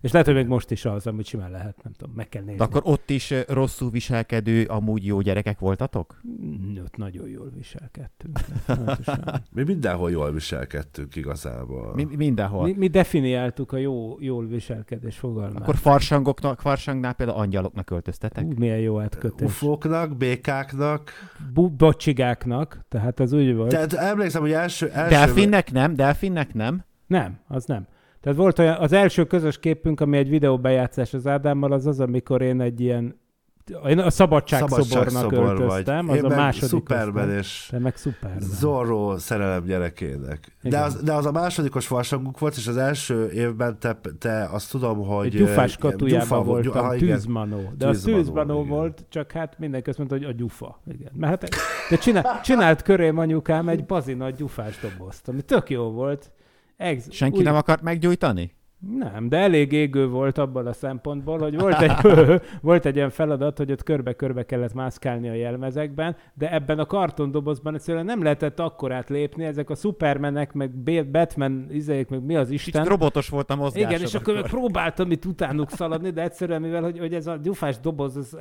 És lehet, hogy még most is az, amit simán lehet, nem tudom, meg kell nézni. De akkor ott is rosszul viselkedő, amúgy jó gyerekek voltatok? Ott nagyon jól viselkedtünk. Mi mindenhol jól viselkedtünk igazából. Mi, mindenhol. Mi, mi definiáltuk a jó, jól viselkedés fogalmát. Akkor farsangoknak, farsangnál például angyaloknak öltöztetek? Ú, milyen jó átkötés. Ufóknak, békáknak. Bu- bocsigáknak, tehát az úgy volt. Tehát emlékszem, hogy első... első... Delfinnek nem? Delfinnek nem? Nem, az nem. Tehát volt olyan, az első közös képünk, ami egy videóbejátszás az Ádámmal, az az, amikor én egy ilyen, én a szabadságszobornak öltöztem, az én a meg második Superman osztály. és Te meg Superman. Zorro szerelem gyerekének. De az, de az a másodikos farsangunk volt, és az első évben te, te azt tudom, hogy... Egy gyufás igen, katujában gyufa, voltam, gyufa, tűzmanó. De az tűzmanó volt, csak hát mindenki azt mondta, hogy a gyufa. Igen. Mert hát, de csinál, csinált körém anyukám egy bazi nagy gyufás dobozt, ami tök jó volt. Ex- Senki úgy... nem akart meggyújtani? Nem, de elég égő volt abban a szempontból, hogy volt egy, volt egy olyan feladat, hogy ott körbe-körbe kellett mászkálni a jelmezekben, de ebben a kartondobozban egyszerűen nem lehetett akkorát lépni, ezek a Supermanek, meg Batman izék, meg mi az Isten. Kicsit robotos volt a mozgásod. Igen, és akkor, akkor próbáltam itt utánuk szaladni, de egyszerűen, mivel hogy, hogy ez a gyufás doboz az,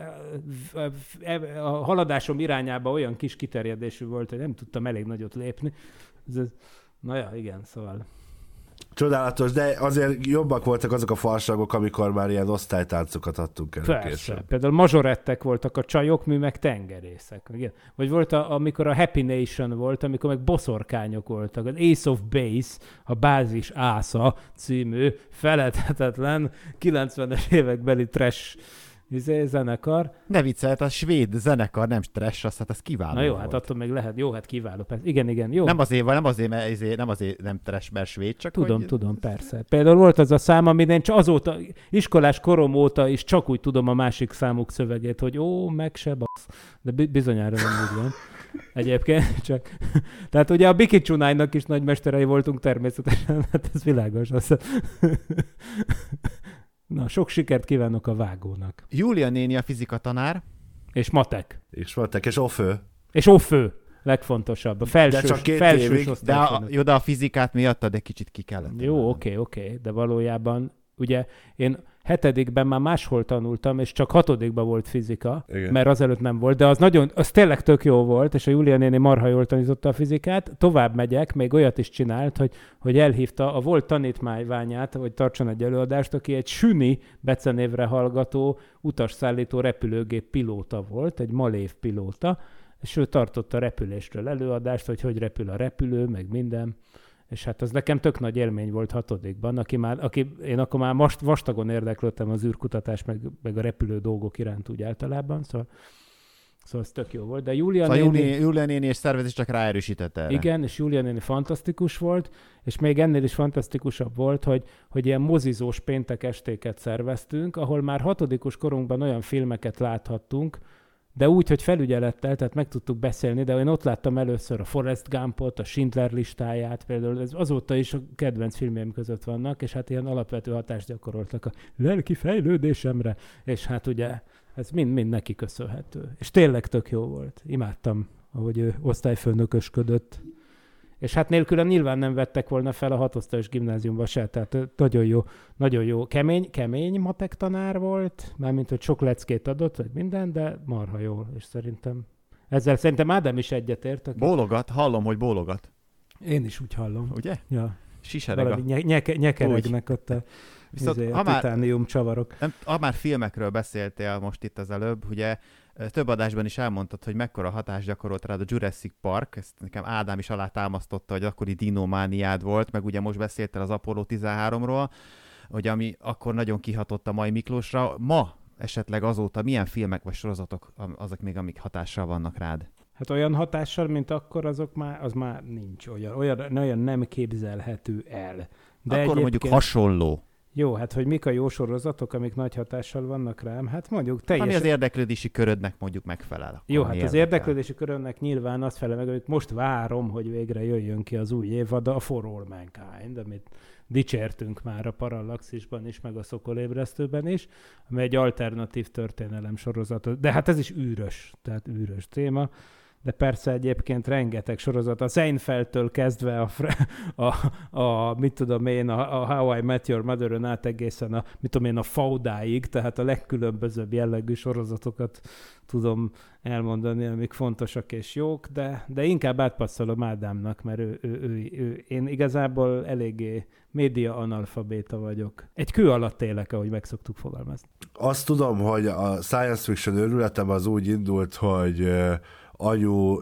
a haladásom irányába olyan kis kiterjedésű volt, hogy nem tudtam elég nagyot lépni. Ez, ez, na ja, igen, szóval... Csodálatos, de azért jobbak voltak azok a farsangok, amikor már ilyen osztálytáncokat adtunk elő Persze. később. Például mazsorettek voltak a csajok, mi meg tengerészek. Igen. Vagy volt, a, amikor a Happy Nation volt, amikor meg boszorkányok voltak. Az Ace of Base, a Bázis Ásza című feledhetetlen kilencvenes évekbeli trash izé, zenekar. Ne viccelt, a svéd zenekar, nem trash, azt hát az kiváló. Na jó, volt. hát attól még lehet. Jó, hát kiváló. Persze. Igen, igen, jó. Nem azért, nem azért, mert ezért, nem azért nem trash, mert svéd, csak Tudom, hogy... tudom, persze. Például volt az a szám, amin én csak azóta, iskolás korom óta is csak úgy tudom a másik számuk szövegét, hogy ó, meg se basz. De bizonyára nem úgy van. Egyébként csak... Tehát ugye a Biki Csunájnak is nagy mesterei voltunk természetesen, hát ez világos. Na, sok sikert kívánok a vágónak. Júlia néni a fizika tanár. És matek. És voltak, és ofő. És ófő. Legfontosabb. A felsős, de csak két felsős évig. De a, jó, de a fizikát miattad egy kicsit ki kellett. Jó, oké, oké. De valójában ugye én hetedikben már máshol tanultam, és csak hatodikban volt fizika, igen. Mert azelőtt nem volt, de az nagyon, az tényleg tök jó volt, és a Júlia néni marha jól tanította a fizikát. Tovább megyek, még olyat is csinált, hogy, hogy elhívta a volt tanítmányványát, hogy tartson egy előadást, aki egy süni becenévre hallgató utasszállító repülőgép pilóta volt, egy malév pilóta, és ő tartotta a repülésről előadást, hogy hogy repül a repülő, meg minden. És hát az nekem tök nagy élmény volt hatodikban, aki már, aki, én akkor már most vastagon érdeklődtem az űrkutatás, meg, meg a repülő dolgok iránt úgy általában, szóval, szóval ez tök jó volt. De Júlia szóval néni... Júlia néni és szervezés csak ráerősítette erre. Igen, és Júlia néni fantasztikus volt, és még ennél is fantasztikusabb volt, hogy, hogy ilyen mozizós péntek estéket szerveztünk, ahol már hatodikos korunkban olyan filmeket láthattunk, de úgy, hogy felügyelettel, tehát meg tudtuk beszélni, de én ott láttam először a Forrest Gumpot, a Schindler listáját, például ez azóta is a kedvenc filmjeim között vannak, és hát ilyen alapvető hatást gyakoroltak a lelki fejlődésemre, és hát ugye ez mind-mind neki köszönhető. És tényleg tök jó volt. Imádtam, ahogy ő osztályfőnökösködött. És hát nélkülem nyilván nem vettek volna fel a hatosztályos gimnáziumba se, tehát nagyon jó, nagyon jó. Kemény, kemény matek tanár volt, mármint, hogy sok leckét adott, vagy minden, de marha jól, és szerintem ezzel szerintem Ádám is egyetért. Aki... Bólogat, hallom, hogy bólogat. Én is úgy hallom. Ugye? Ja. Sisereg a... Nye- nyeke- nyekeregnek ott a, Viszont, izé, ha a már, titánium csavarok. Nem, ha már filmekről beszéltél most itt az előbb, ugye több adásban is elmondtad, hogy mekkora hatást gyakorolt rád a Jurassic Park, ezt nekem Ádám is alátámasztotta, hogy akkori dinomániád volt, meg ugye most beszéltél az Apollo tizenháromról, hogy ami akkor nagyon kihatott a mai Miklósra. Ma esetleg azóta milyen filmek vagy sorozatok azok még, amik hatással vannak rád? Hát olyan hatással, mint akkor, azok már, az már nincs olyan, olyan, olyan nem képzelhető el. De akkor mondjuk hasonló. Jó, hát hogy mik a jó sorozatok, amik nagy hatással vannak rám, hát mondjuk teljesen... Ami az érdeklődési körödnek mondjuk megfelel. Jó, hát az érdeklődési körömnek nyilván azt felel meg, hogy most várom, hogy végre jöjjön ki az új évad, a For All Mankind, amit dicsértünk már a Parallaxisban is, meg a Szokolébresztőben is, ami egy alternatív történelem sorozat. De hát ez is űrös, tehát űrös téma. de persze egyébként rengeteg sorozat, a Seinfeldtől kezdve a, a, a mit tudom én, a, a How I Met Your Mother-ön át egészen a, mit tudom én, a Faudáig, tehát a legkülönbözőbb jellegű sorozatokat tudom elmondani, amik fontosak és jók, de, de inkább átpasszolom Ádámnak, mert ő, ő, ő, ő, én igazából eléggé média analfabéta vagyok. Egy kő alatt élek, ahogy meg szoktuk fogalmazni. Azt tudom, hogy a science fiction őrületem az úgy indult, hogy anyu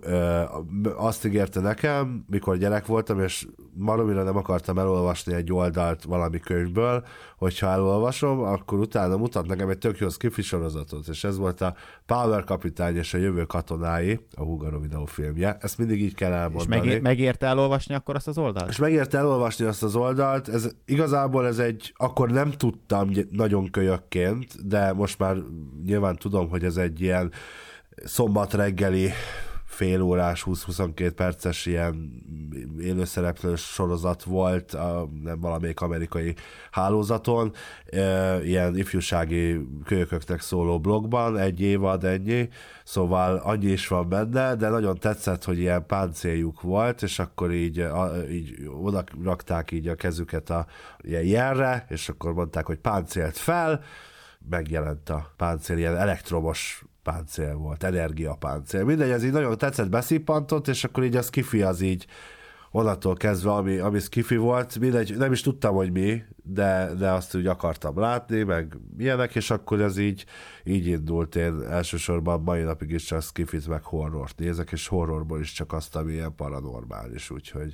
azt ígérte nekem, mikor gyerek voltam, és maromira nem akartam elolvasni egy oldalt valami könyvből, hogyha elolvasom, akkor utána mutat nekem egy tök jó sci-fi sorozatot, és ez volt a Power kapitány és a jövő katonái, a Hugaro videófilmje. Ezt mindig így kell elmondani. És megér, megérte elolvasni akkor azt az oldalt? És megérte elolvasni azt az oldalt. Ez, igazából ez egy, akkor nem tudtam nagyon kölyökként, de most már nyilván tudom, hogy ez egy ilyen szombat reggeli félórás, húsz-huszonkettő perces ilyen élőszereplős sorozat volt, a, nem valamelyik amerikai hálózaton, e, ilyen ifjúsági kölyököknek szóló blogban, egy évad ennyi, szóval annyi is van benne, de nagyon tetszett, hogy ilyen páncéljuk volt, és akkor így, a, így oda rakták így a kezüket a ilyen jelre, és akkor mondták, hogy páncélt fel, megjelent a páncél, ilyen elektromos páncél volt, energiapáncél. Mindegy, ez így nagyon tetszett, beszippantott, és akkor így a skifi az így onnantól kezdve, ami, ami skifi volt, mindegy, nem is tudtam, hogy mi, de, de azt úgy akartam látni, meg ilyenek, és akkor ez így, így indult. Én elsősorban mai napig is csak skifit, meg horrort nézek, és horrorból is csak azt, ami ilyen paranormális, úgyhogy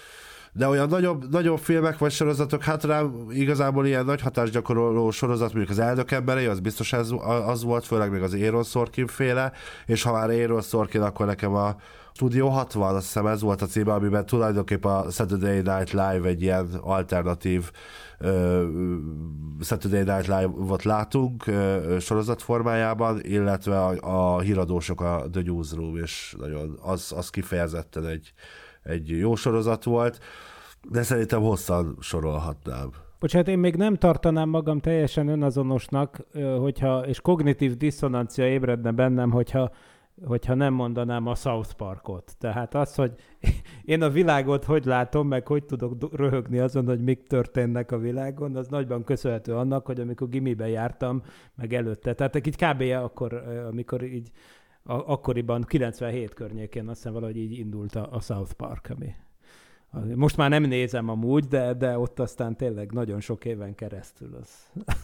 de olyan nagyobb, nagyobb filmek vagy sorozatok, hát rám igazából ilyen nagy hatást gyakoroló sorozat, mondjuk az Elnök emberei, az biztos ez, az volt, főleg még az Aaron Sorkin féle, és ha már Aaron Sorkin, akkor nekem a Studio hatvan, azt hiszem ez volt a címe, amiben tulajdonképpen a Saturday Night Live egy ilyen alternatív uh, Saturday Night Live-ot látunk uh, sorozat formájában, illetve a, a híradósok, a The Newsroom, és nagyon, az, az kifejezetten egy egy jó sorozat volt, de szerintem hosszan sorolhatnám. Bocsánat, én még nem tartanám magam teljesen önazonosnak, hogyha, és kognitív diszonancia ébredne bennem, hogyha, hogyha nem mondanám a South Parkot. Tehát az, hogy én a világot hogy látom, meg hogy tudok röhögni azon, hogy mik történnek a világon, az nagyban köszönhető annak, hogy amikor gimibe jártam, meg előtte. Tehát így kb. Akkor, amikor így A, akkoriban kilencvenhét környékén azt hiszem valahogy így indult a, a South Park, ami most már nem nézem amúgy, de, de ott aztán tényleg nagyon sok éven keresztül az.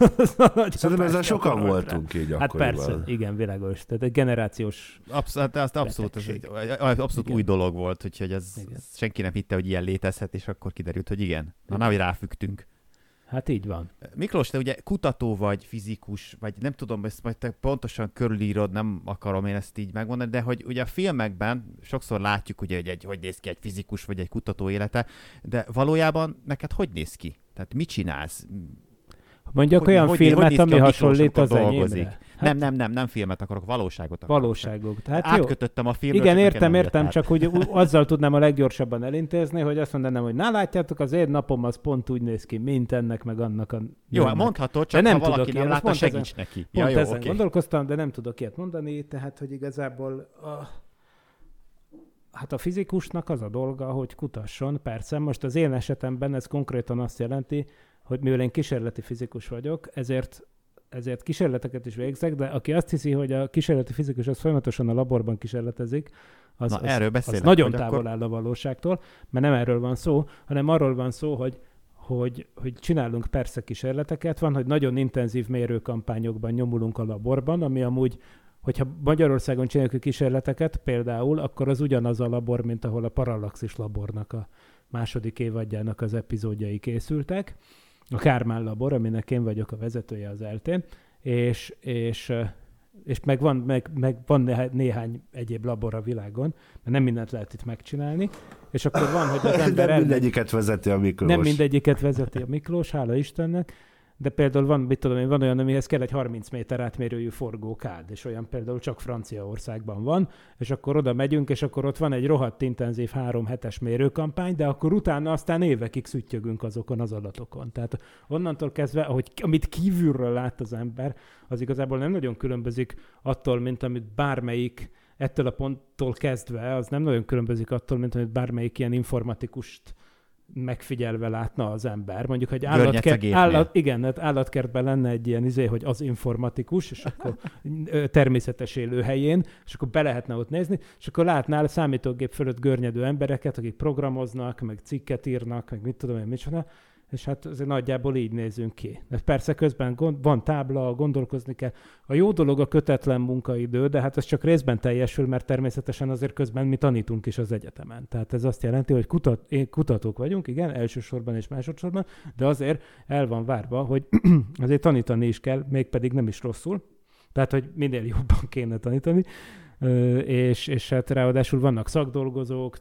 az Szerintem ezzel sokan voltunk így hát akkoriban. Hát persze, igen, világos. Tehát egy generációs Abszolút, azt abszolút, ez egy, abszolút igen. új dolog volt, úgyhogy ez, ez senki nem hitte, hogy ilyen létezhet, és akkor kiderült, hogy igen. Na, na, hogy ráfügtünk. Hát így van. Miklós, te ugye kutató vagy, fizikus, vagy nem tudom, ezt majd te pontosan körülírod, nem akarom én ezt így megmondani, de hogy ugye a filmekben sokszor látjuk, ugye, hogy egy, hogy néz ki egy fizikus, vagy egy kutató élete, de valójában neked hogy néz ki? Tehát mit csinálsz? Mondjak hogy, olyan hogy, filmet, hogy ami hasonlít az enyémre. Hát, nem, nem, nem, nem filmet akarok, valóságot akarok. Valóságok. Tehát átkötöttem a filmről. Igen, értem, értem, csak hogy azzal tudnám a leggyorsabban elintézni, hogy azt mondanám, hogy na látjátok, az én napom az pont úgy néz ki, mint ennek, meg annak a... Jó, hát mondhatod, csak nem ha valaki nem látta, segíts ezen, neki. Pont ja, jó, ezen okay. gondolkoztam, de nem tudok ilyet mondani, tehát, hogy igazából a... hát a fizikusnak az a dolga, hogy kutasson, persze. Most az én esetemben ez konkrétan azt jelenti, hogy mivel én kísérleti fizikus vagyok, ezért, ezért kísérleteket is végzek, de aki azt hiszi, hogy a kísérleti fizikus az folyamatosan a laborban kísérletezik, az, Na, az, erről az nagyon távol akkor... áll a valóságtól, mert nem erről van szó, hanem arról van szó, hogy, hogy, hogy csinálunk persze kísérleteket, van, hogy nagyon intenzív mérőkampányokban nyomulunk a laborban, ami amúgy, hogyha Magyarországon csináljuk a kísérleteket például, akkor az ugyanaz a labor, mint ahol a Parallaxis labornak a második évadjának az epizódjai készültek, a Kármán labor, aminek én vagyok a vezetője az eltén, és, és, és meg, van, meg, meg van néhány egyéb labor a világon, mert nem mindent lehet itt megcsinálni, és akkor van, hogy az ember... nem mindegyiket vezeti a Miklós. Nem mindegyiket vezeti a Miklós, hála Istennek, de például van, mit tudom én, van olyan, amihez kell egy harminc méter átmérőjű forgókád, és olyan például csak Franciaországban van, és akkor oda megyünk, és akkor ott van egy rohadt intenzív három hetes mérőkampány, de akkor utána aztán évekig szüttyögünk azokon az adatokon. Tehát onnantól kezdve, ahogy, amit kívülről lát az ember, az igazából nem nagyon különbözik attól, mint amit bármelyik ettől a ponttól kezdve az nem nagyon különbözik attól, mint hogy bármelyik ilyen informatikust megfigyelve látna az ember. Mondjuk, hogy állatkert, állat, igen, hát állatkertben lenne egy ilyen izé, hogy az informatikus, és akkor természetes élőhelyén, és akkor be lehetne ott nézni, és akkor látnál számítógép fölött görnyedő embereket, akik programoznak, meg cikket írnak, meg mit tudom én, micsoda, és hát azért nagyjából így nézünk ki. De persze közben gond, van tábla, gondolkozni kell. A jó dolog a kötetlen munkaidő, de hát ez csak részben teljesül, mert természetesen azért közben mi tanítunk is az egyetemen. Tehát ez azt jelenti, hogy kutat, kutatók vagyunk, igen, elsősorban és másodszorban, de azért el van várva, hogy azért tanítani is kell, mégpedig nem is rosszul. Tehát, hogy minél jobban kéne tanítani. És, és hát ráadásul vannak szakdolgozók,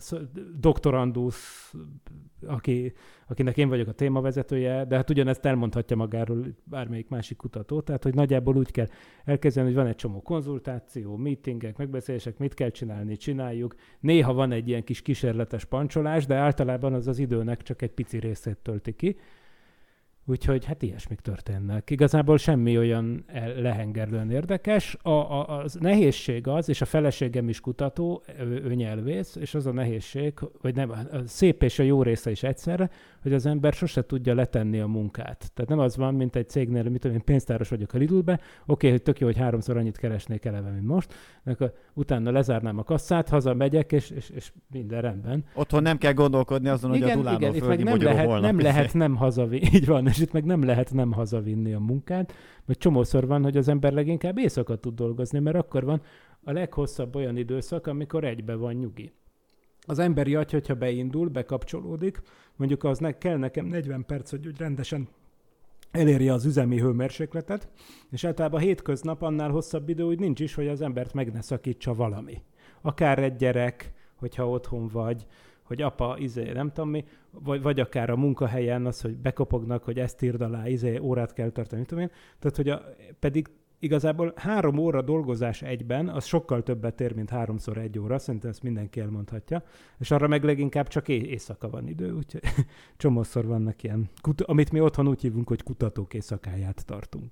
doktorandusz, aki, akinek én vagyok a témavezetője, de hát ugyanezt elmondhatja magáról bármelyik másik kutató, tehát hogy nagyjából úgy kell elkezdeni, hogy van egy csomó konzultáció, meetingek, megbeszélések, mit kell csinálni, csináljuk. Néha van egy ilyen kis kísérletes pancsolás, de általában az az időnek csak egy pici részét tölti ki. Úgyhogy hát ilyesmik történnek. Igazából semmi olyan lehengerlően érdekes. A, a, az nehézség az, és a feleségem is kutató, ő, ő nyelvész, és az a nehézség, vagy nem, a szép és a jó része is egyszerre, hogy az ember sose tudja letenni a munkát. Tehát nem az van, mint egy cégnél, mit tudom én, pénztáros vagyok a Lidlbe, oké, okay, hogy tök jó, hogy háromszor annyit keresnék eleve, mint most, akkor utána lezárnám a kasszát, hazamegyek, és, és, és minden rendben. Otthon nem kell gondolkodni azon, igen, hogy a Dulánól földi nem magyarul lehet, holnap. Nem lehet nem hazavinni, így van, és itt meg nem lehet nem hazavinni a munkát, vagy csomószor van, hogy az ember leginkább éjszaka tud dolgozni, mert akkor van a leghosszabb olyan időszak, amikor egybe van nyugi. Az emberi agy, hogyha beindul, bekapcsolódik, mondjuk az ne, kell nekem negyven perc, hogy úgy rendesen elérje az üzemi hőmérsékletet, és általában hétköznap annál hosszabb idő úgy nincs is, hogy az embert meg ne szakítsa valami. Akár egy gyerek, hogyha otthon vagy, hogy apa, izé, nem tudom mi, vagy, vagy akár a munkahelyen az, hogy bekopognak, hogy ezt írd alá, izé, órát kell tartani, tudom én. Tehát, hogy a, pedig igazából három óra dolgozás egyben, az sokkal többet ér, mint háromszor egy óra, szerintem ezt mindenki elmondhatja, és arra meg leginkább csak éjszaka van idő, úgyhogy csomószor vannak ilyen, amit mi otthon úgy hívunk, hogy kutatók éjszakáját tartunk.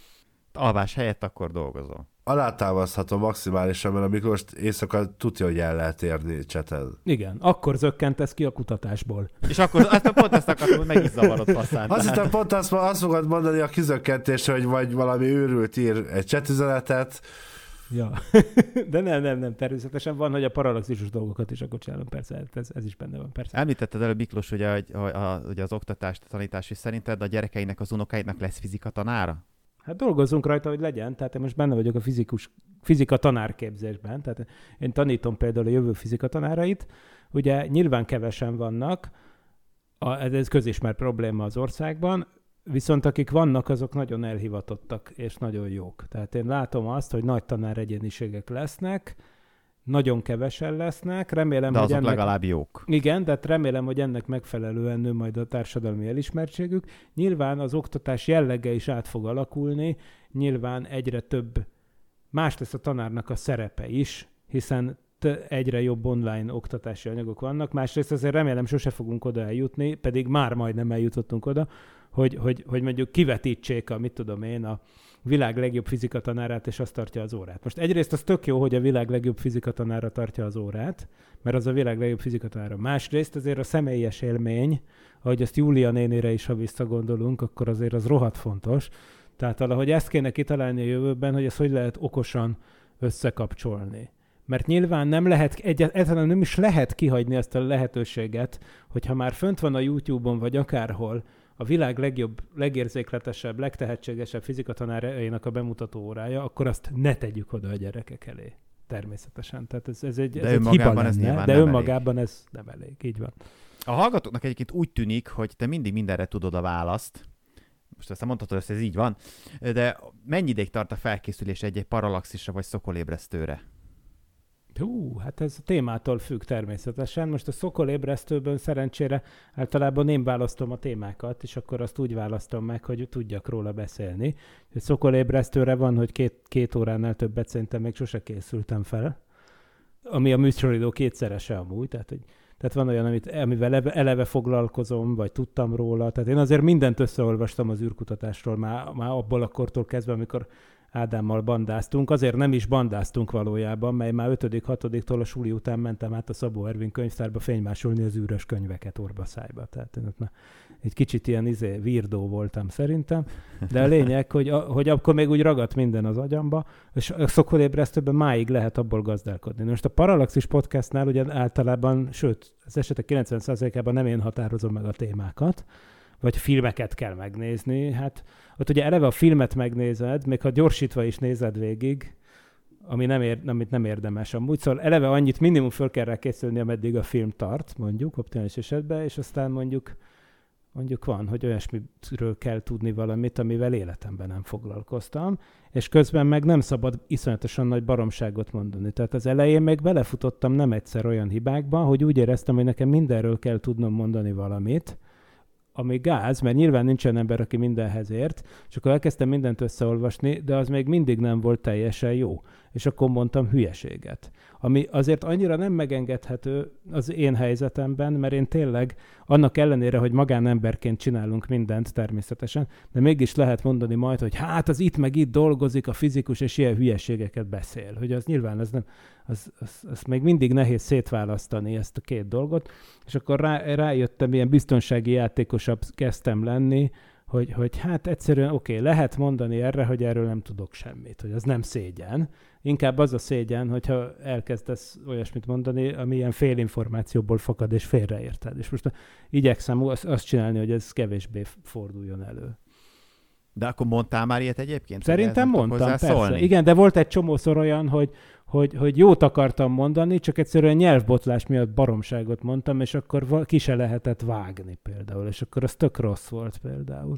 Alvás helyett akkor dolgozol. Alátámasztható maximálisan, mert a Miklós éjszaka tudja, hogy el lehet érni csetel. Igen, akkor zökkentesz ki a kutatásból. És akkor azt pont ezt akartam, hogy meg is zavarod faszán. Azt hiszem pont azt, azt fogod mondani a kizökkentésre, hogy vagy valami őrült ír egy csetüzenetet. Ja, de nem, nem, nem, természetesen van, hogy a paralaxisos dolgokat is akkor csinálom, persze, ez, ez is benne van, persze. Említetted előbb, Miklós, hogy, a, a, a, hogy az oktatást, a tanítás is szerinted a gyerekeinek, az unokáidnak lesz fizika tanára? Hát dolgozzunk rajta, hogy legyen, tehát én most benne vagyok a fizikus, fizika tanárképzésben, tehát én tanítom például a jövő fizika tanárait, ugye nyilván kevesen vannak, a, ez közismert probléma az országban, viszont akik vannak, azok nagyon elhivatottak és nagyon jók. Tehát én látom azt, hogy nagy tanáregyéniségek lesznek, nagyon kevesen lesznek, remélem, de hogy azok ennek... legalább jók. Igen, de remélem, hogy ennek megfelelően nő majd a társadalmi elismertségük. Nyilván az oktatás jellege is át fog alakulni, nyilván egyre több, más lesz a tanárnak a szerepe is, hiszen egyre jobb online oktatási anyagok vannak. Másrészt azért remélem, sose fogunk oda eljutni, pedig már majdnem eljutottunk oda, hogy, hogy, hogy mondjuk kivetítsék a, mit tudom én, a világ legjobb fizikatanárát, és azt tartja az órát. Most egyrészt az tök jó, hogy a világ legjobb fizikatanára tartja az órát, mert az a világ legjobb fizikatanára. Másrészt azért a személyes élmény, ahogy azt Júlia nénire is, ha visszagondolunk, akkor azért az rohadt fontos. Tehát valahogy ezt kéne kitalálni a jövőben, hogy ezt hogy lehet okosan összekapcsolni. Mert nyilván nem lehet, egyáltalán nem is lehet kihagyni ezt a lehetőséget, hogyha már fönt van a YouTube-on, vagy akárhol, a világ legjobb, legérzékletesebb, legtehetségesebb fizikatanárainak a bemutató órája, akkor azt ne tegyük oda a gyerekek elé. Természetesen. Tehát ez, ez egy, ez egy hiba lenne, de önmagában elég. Ez nem elég. Így van. A hallgatóknak egyébként úgy tűnik, hogy te mindig mindenre tudod a választ. Most ezt mondhatod, hogy ez így van. De mennyi ideig tart a felkészülés egy-egy paralaxisra vagy szokolébresztőre? Hú, hát ez a témától függ természetesen. Most a szokolébresztőből szerencsére általában én választom a témákat, és akkor azt úgy választom meg, hogy tudjak róla beszélni. A szokolébresztőre van, hogy két, két óránál többet szerintem még sose készültem fel, ami a műsoridő kétszerese amúgy, tehát hogy Tehát van olyan, amit, amivel eleve, eleve foglalkozom, vagy tudtam róla. Tehát én azért mindent összeolvastam az űrkutatásról már, már abból a kortól kezdve, amikor Ádámmal bandáztunk. Azért nem is bandáztunk valójában, mely már ötödik hatodiktól a suli után mentem át a Szabó Ervin könyvtárba fénymásolni az űrös könyveket orbaszájba. Tehát én ott már egy kicsit ilyen izé, virdó voltam szerintem. De a lényeg, hogy, a, hogy akkor még úgy ragadt minden az agyamba, és a szokolébresztőben máig lehet abból gazdálkodni. Most a Parallaxis podcastnál ugye általában, sőt, az esetek kilencven százalékában nem én határozom meg a témákat, vagy filmeket kell megnézni. Hát ott ugye eleve a filmet megnézed, még ha gyorsítva is nézed végig, ami nem ér, amit nem érdemes amúgy. Szóval eleve annyit minimum föl kell rá készülni, ameddig a film tart, mondjuk, optimális esetben, és aztán mondjuk, mondjuk van, hogy olyasmiről kell tudni valamit, amivel életemben nem foglalkoztam, és közben meg nem szabad iszonyatosan nagy baromságot mondani. Tehát az elején még belefutottam nem egyszer olyan hibákba, hogy úgy éreztem, hogy nekem mindenről kell tudnom mondani valamit, ami gáz, mert nyilván nincsen ember, aki mindenhez ért, és akkor elkezdtem mindent összeolvasni, de az még mindig nem volt teljesen jó. És akkor mondtam hülyeséget. Ami azért annyira nem megengedhető az én helyzetemben, mert én tényleg annak ellenére, hogy magánemberként csinálunk mindent természetesen, de mégis lehet mondani majd, hogy hát az itt meg itt dolgozik a fizikus, és ilyen hülyeségeket beszél. Hogy az nyilván az nem, az, az, az még mindig nehéz szétválasztani ezt a két dolgot, és akkor rá, rájöttem, ilyen biztonsági játékosabb kezdtem lenni, hogy, hogy hát egyszerűen oké, okay, lehet mondani erre, hogy erről nem tudok semmit, hogy az nem szégyen. Inkább az a szégyen, hogyha elkezdesz olyasmit mondani, ami ilyen félinformációból fakad, és félreérted. És most igyekszem azt, azt csinálni, hogy ez kevésbé forduljon elő. De akkor mondtál már ilyet egyébként? Szerintem mondtam, persze. Igen, de volt egy csomószor olyan, hogy, hogy, hogy jót akartam mondani, csak egyszerűen nyelvbotlás miatt baromságot mondtam, és akkor ki se lehetett vágni például, és akkor az tök rossz volt például.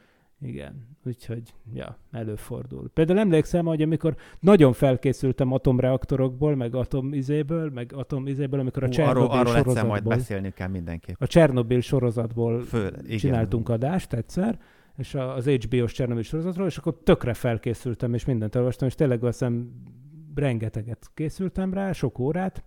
Igen, úgyhogy, ja, előfordul. Például emlékszem, hogy amikor nagyon felkészültem atomreaktorokból, meg atomizéből, meg atomizéből, amikor a Csernobil sorozatból... Arról egyszer majd beszélni kell mindenképp. A Csernobil sorozatból Föl, csináltunk igen. adást egyszer, és az há bé ó-s Csernobil sorozatról, és akkor tökre felkészültem, és mindent olvastam, és tényleg azt hiszem rengeteget készültem rá, sok órát,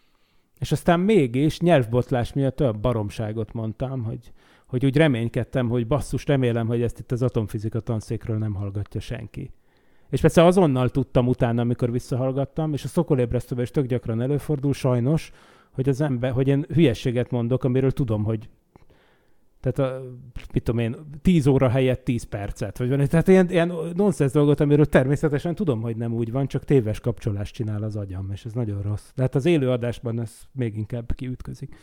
és aztán mégis nyelvbotlás miatt olyan baromságot mondtam, hogy, hogy úgy reménykedtem, hogy basszus, remélem, hogy ezt itt az atomfizika tanszékről nem hallgatja senki. És persze azonnal tudtam utána, amikor visszahallgattam, és a szokolébresztőben is tök gyakran előfordul sajnos, hogy az ember, hogy én hülyeséget mondok, amiről tudom, hogy tehát, a, mit tudom én, tíz óra helyett tíz percet, vagy van. Tehát ilyen, ilyen nonsens dolgot, amiről természetesen tudom, hogy nem úgy van, csak téves kapcsolást csinál az agyam, és ez nagyon rossz. De hát az élő adásban ez még inkább kiütközik.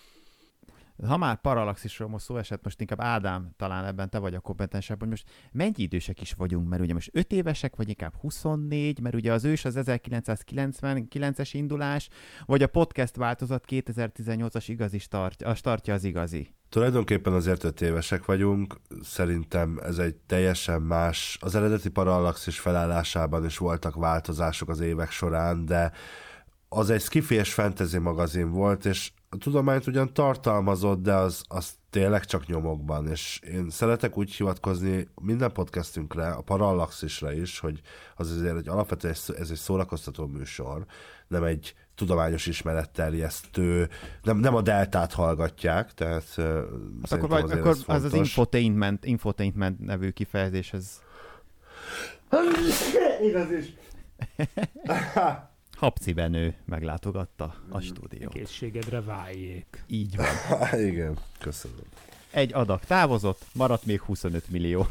Ha már Parallaxisról most szó esett, most inkább Ádám, talán ebben te vagy a kompetensebb, hogy most mennyi idősek is vagyunk, mert ugye most öt évesek, vagy inkább huszonnégy, mert ugye az ős az ezerkilencszázkilencvenkilences indulás, vagy a podcast változat kétezer-tizennyolcas igazi start, a startja az igazi. Tulajdonképpen azért öt évesek vagyunk, szerintem ez egy teljesen más, az eredeti Parallaxis felállásában is voltak változások az évek során, de az egy sci-fi és fantasy magazin volt, és a tudományt ugyan tartalmazott, de az, az tényleg csak nyomokban, és én szeretek úgy hivatkozni minden podcastünkre, a Parallaxisra is, hogy az azért egy alapvetően ez egy szórakoztató műsor, nem egy tudományos ismeretterjesztő, nem, nem a deltát hallgatják, tehát hát akkor, vagy, akkor az az infotainment, infotainment nevű kifejezés, ez... Igaz is! Habci Benő meglátogatta a stúdiót. Készségedre váljék. Így van. Igen, köszönöm. Egy adag távozott, maradt még huszonöt millió.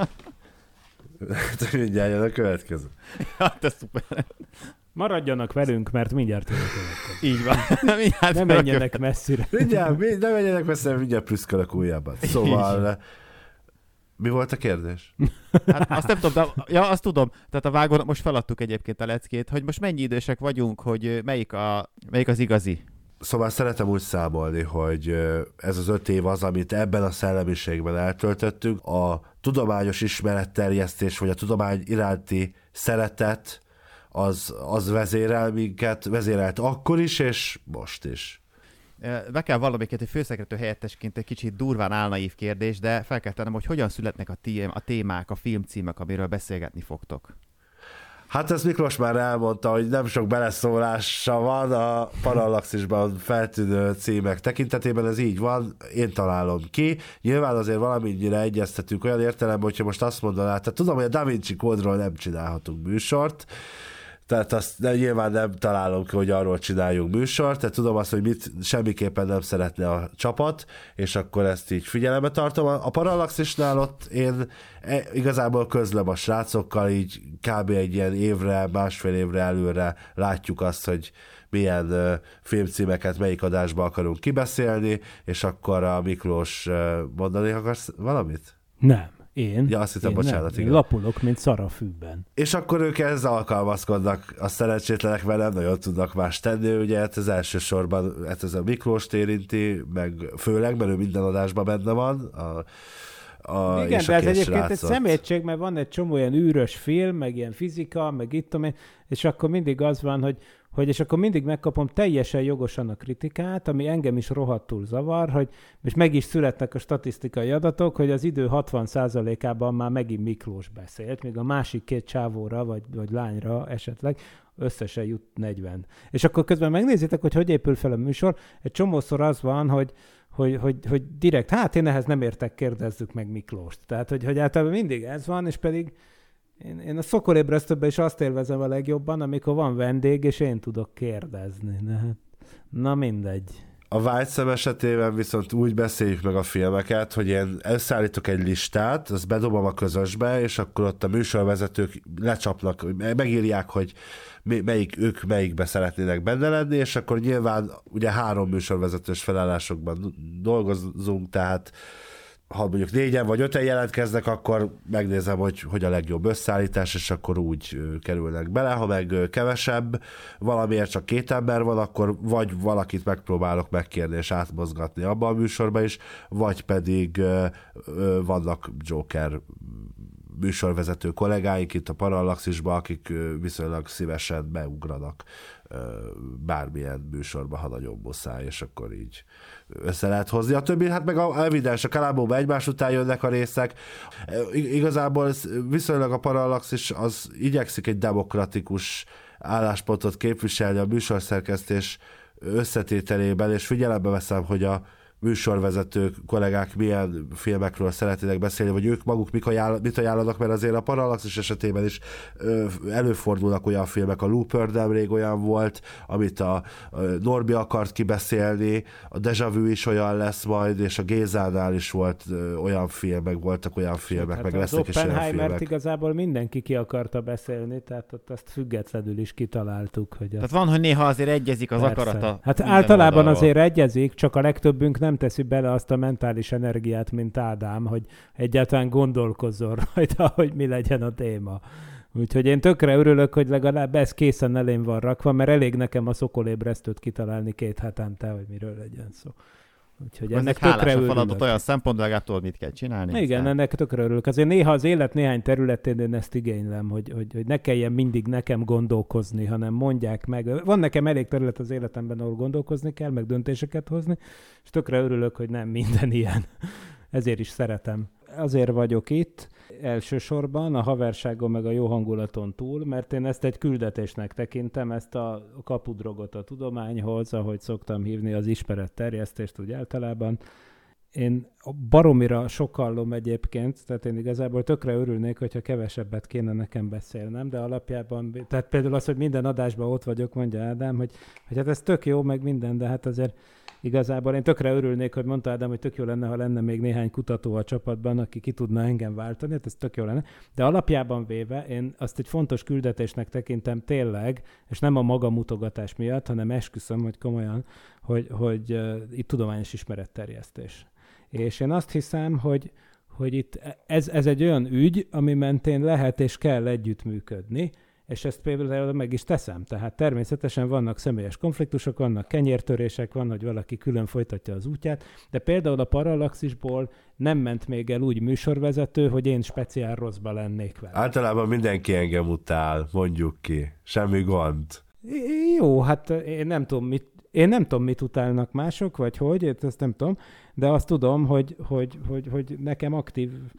Mindjárt jön a következő. Hát ez szuper. Maradjanak velünk, mert mindjárt jön a következő. Így van. Mindjárt ne menjenek messzire. Mindjárt, ne menjenek messzire, mindjárt prüszkölök újabban. Szóval... Mi volt a kérdés? Hát azt nem tudom, de ja, azt tudom. Tehát a vágónak most feladtuk egyébként a leckét, hogy most mennyi idősek vagyunk, hogy melyik, a, melyik az igazi. Szóval szeretem úgy számolni, hogy ez az öt év az, amit ebben a szellemiségben eltöltöttünk. A tudományos ismeretterjesztés, vagy a tudomány iránti szeretet, az, az vezérel minket, vezérelt akkor is, és most is. Be kell valamiket, hogy főszerkesztő helyettesként egy kicsit durván álnaív kérdés, de fel kell tennem, hogy hogyan születnek a, tí- a témák, a filmcímek, amiről beszélgetni fogtok. Hát ezt Miklós már elmondta, hogy nem sok beleszólása van a Parallaxisban feltűnő címek tekintetében, ez így van, én találom ki. Nyilván azért valamennyire egyeztetünk olyan értelemben, hogyha most azt mondaná, tehát tudom, hogy a Da Vinci Kódról nem csinálhatunk műsort, tehát azt nem, nyilván nem találom ki, hogy arról csináljunk műsort, tehát tudom azt, hogy mit semmiképpen nem szeretne a csapat, és akkor ezt így figyelembe tartom. A Parallaxisnál ott én igazából közlöm a srácokkal, így kb. Egy ilyen évre, másfél évre előre látjuk azt, hogy milyen uh, filmcímeket melyik adásba akarunk kibeszélni, és akkor a Miklós uh, mondani akarsz valamit? Nem. Én? Ja, azt hittem, én bocsánat, nem. igen. Én lapulok, mint szar a fűben. És akkor ők ezzel alkalmazkodnak, a szerencsétlenek, mert nem nagyon tudnak más tenni, ugye hát ez elsősorban hát ez a Miklóst érinti, meg főleg, mert ő minden adásban benne van. A, a, igen, és de a ez két egyébként srácot. egy szemétség, mert van egy csomó ilyen űrös film, meg ilyen fizika, meg itt tudom én, és akkor mindig az van, hogy hogy és akkor mindig megkapom teljesen jogosan a kritikát, ami engem is rohadtul zavar, hogy és meg is születnek a statisztikai adatok, hogy az idő hatvan százalékában már megint Miklós beszélt, még a másik két csávóra, vagy, vagy lányra esetleg összesen jut negyven. És akkor közben megnézitek, hogy hogy épül fel a műsor. Egy csomószor az van, hogy Hogy, hogy, hogy direkt, hát én ehhez nem értek, kérdezzük meg Miklóst. Tehát, hogy, hogy általában mindig ez van, és pedig Én, én a szokolébresztőben is azt élvezem a legjobban, amikor van vendég, és én tudok kérdezni. Na, na mindegy. A Vágyszem esetében viszont úgy beszéljük meg a filmeket, hogy én összeállítok egy listát, azt bedobom a közösbe, és akkor ott a műsorvezetők lecsapnak, megírják, hogy melyik, ők melyikbe szeretnének benne lenni, és akkor nyilván ugye három műsorvezetős felállásokban dolgozunk, tehát ha mondjuk négyen vagy öten jelentkeznek, akkor megnézem, hogy, hogy a legjobb összeállítás, és akkor úgy kerülnek bele. Ha meg kevesebb, valamiért csak két ember van, akkor vagy valakit megpróbálok megkérni és átmozgatni abba a műsorba is, vagy pedig vannak Joker műsorvezető kollégáink itt a Parallaxisban, akik viszonylag szívesen beugranak bármilyen műsorba, ha nagyon muszáj, és akkor így össze lehet hozni. A többi, hát meg a evidens, a Kalambóban egymás után jönnek a részek. Igazából viszonylag a Parallaxis az igyekszik egy demokratikus álláspontot képviselni a műsorszerkesztés összetételében, és figyelembe veszem, hogy a műsorvezetők, kollégák milyen filmekről szeretnének beszélni, vagy ők maguk mik ajánl- mit ajánlanak, mert azért a Parallaxis esetében is ö, előfordulnak olyan filmek, a Looper nemrég olyan volt, amit a, a Norbi akart kibeszélni, a Deja Vu is olyan lesz majd, és a Gézánál is volt ö, olyan filmek, voltak olyan filmek, hát meg lesznek is olyan filmek. Oppenheimert igazából mindenki ki akarta beszélni, tehát ott azt függetlenül is kitaláltuk, hogy Tehát van, hogy néha azért egyezik az persze. akarata. Hát általában oldalról. Azért egyezik, csak a legtöbbünk nem teszi bele azt a mentális energiát, mint Ádám, hogy egyáltalán gondolkozzon rajta, hogy mi legyen a téma. Úgyhogy én tökre örülök, hogy legalább ez készen elém van rakva, mert elég nekem a szokolébresztőt kitalálni két hetente, hogy miről legyen szó. Úgyhogy ez ennek egy tökre örülök. feladat olyan szempontból, legalább tudod, mit kell csinálni. Igen, aztán... ennek tökre örülök. Azért néha az élet néhány területén én ezt igénylem, hogy, hogy, hogy ne kelljen mindig nekem gondolkozni, hanem mondják meg. Van nekem elég terület az életemben, ahol gondolkozni kell, meg döntéseket hozni, és tökre örülök, hogy nem minden ilyen. Ezért is szeretem. Azért vagyok itt elsősorban a haverságon meg a jó hangulaton túl, mert én ezt egy küldetésnek tekintem, ezt a kapudrogot a tudományhoz, ahogy szoktam hívni az ismeretterjesztést úgy általában. Én baromira sokallom egyébként, tehát én igazából tökre örülnék, hogyha kevesebbet kéne nekem beszélnem, de alapjában, tehát például az, hogy minden adásban ott vagyok, mondja Ádám, hogy, hogy hát ez tök jó, meg minden, de hát azért igazából én tökre örülnék, hogy mondta Ádám, hogy tök jó lenne, ha lenne még néhány kutató a csapatban, aki ki tudna engem váltani, hát ez tök jó lenne. De alapjában véve én azt egy fontos küldetésnek tekintem tényleg, és nem a magamutogatás miatt, hanem esküszöm, hogy komolyan, hogy, hogy uh, itt tudományos ismeretterjesztés. És én azt hiszem, hogy, hogy itt ez, ez egy olyan ügy, ami mentén lehet és kell együttműködni, és ezt például meg is teszem. Tehát természetesen vannak személyes konfliktusok, vannak kenyértörések, van, hogy valaki külön folytatja az útját, de például a Parallaxisból nem ment még el úgy műsorvezető, hogy én speciál rosszba lennék vele. Általában mindenki engem utál, mondjuk ki. Semmi gond. Jó, hát én nem tudom, mit Én nem tudom, mit utálnak mások, vagy hogy, ezt nem tudom, de azt tudom, hogy, hogy, hogy, hogy nekem aktív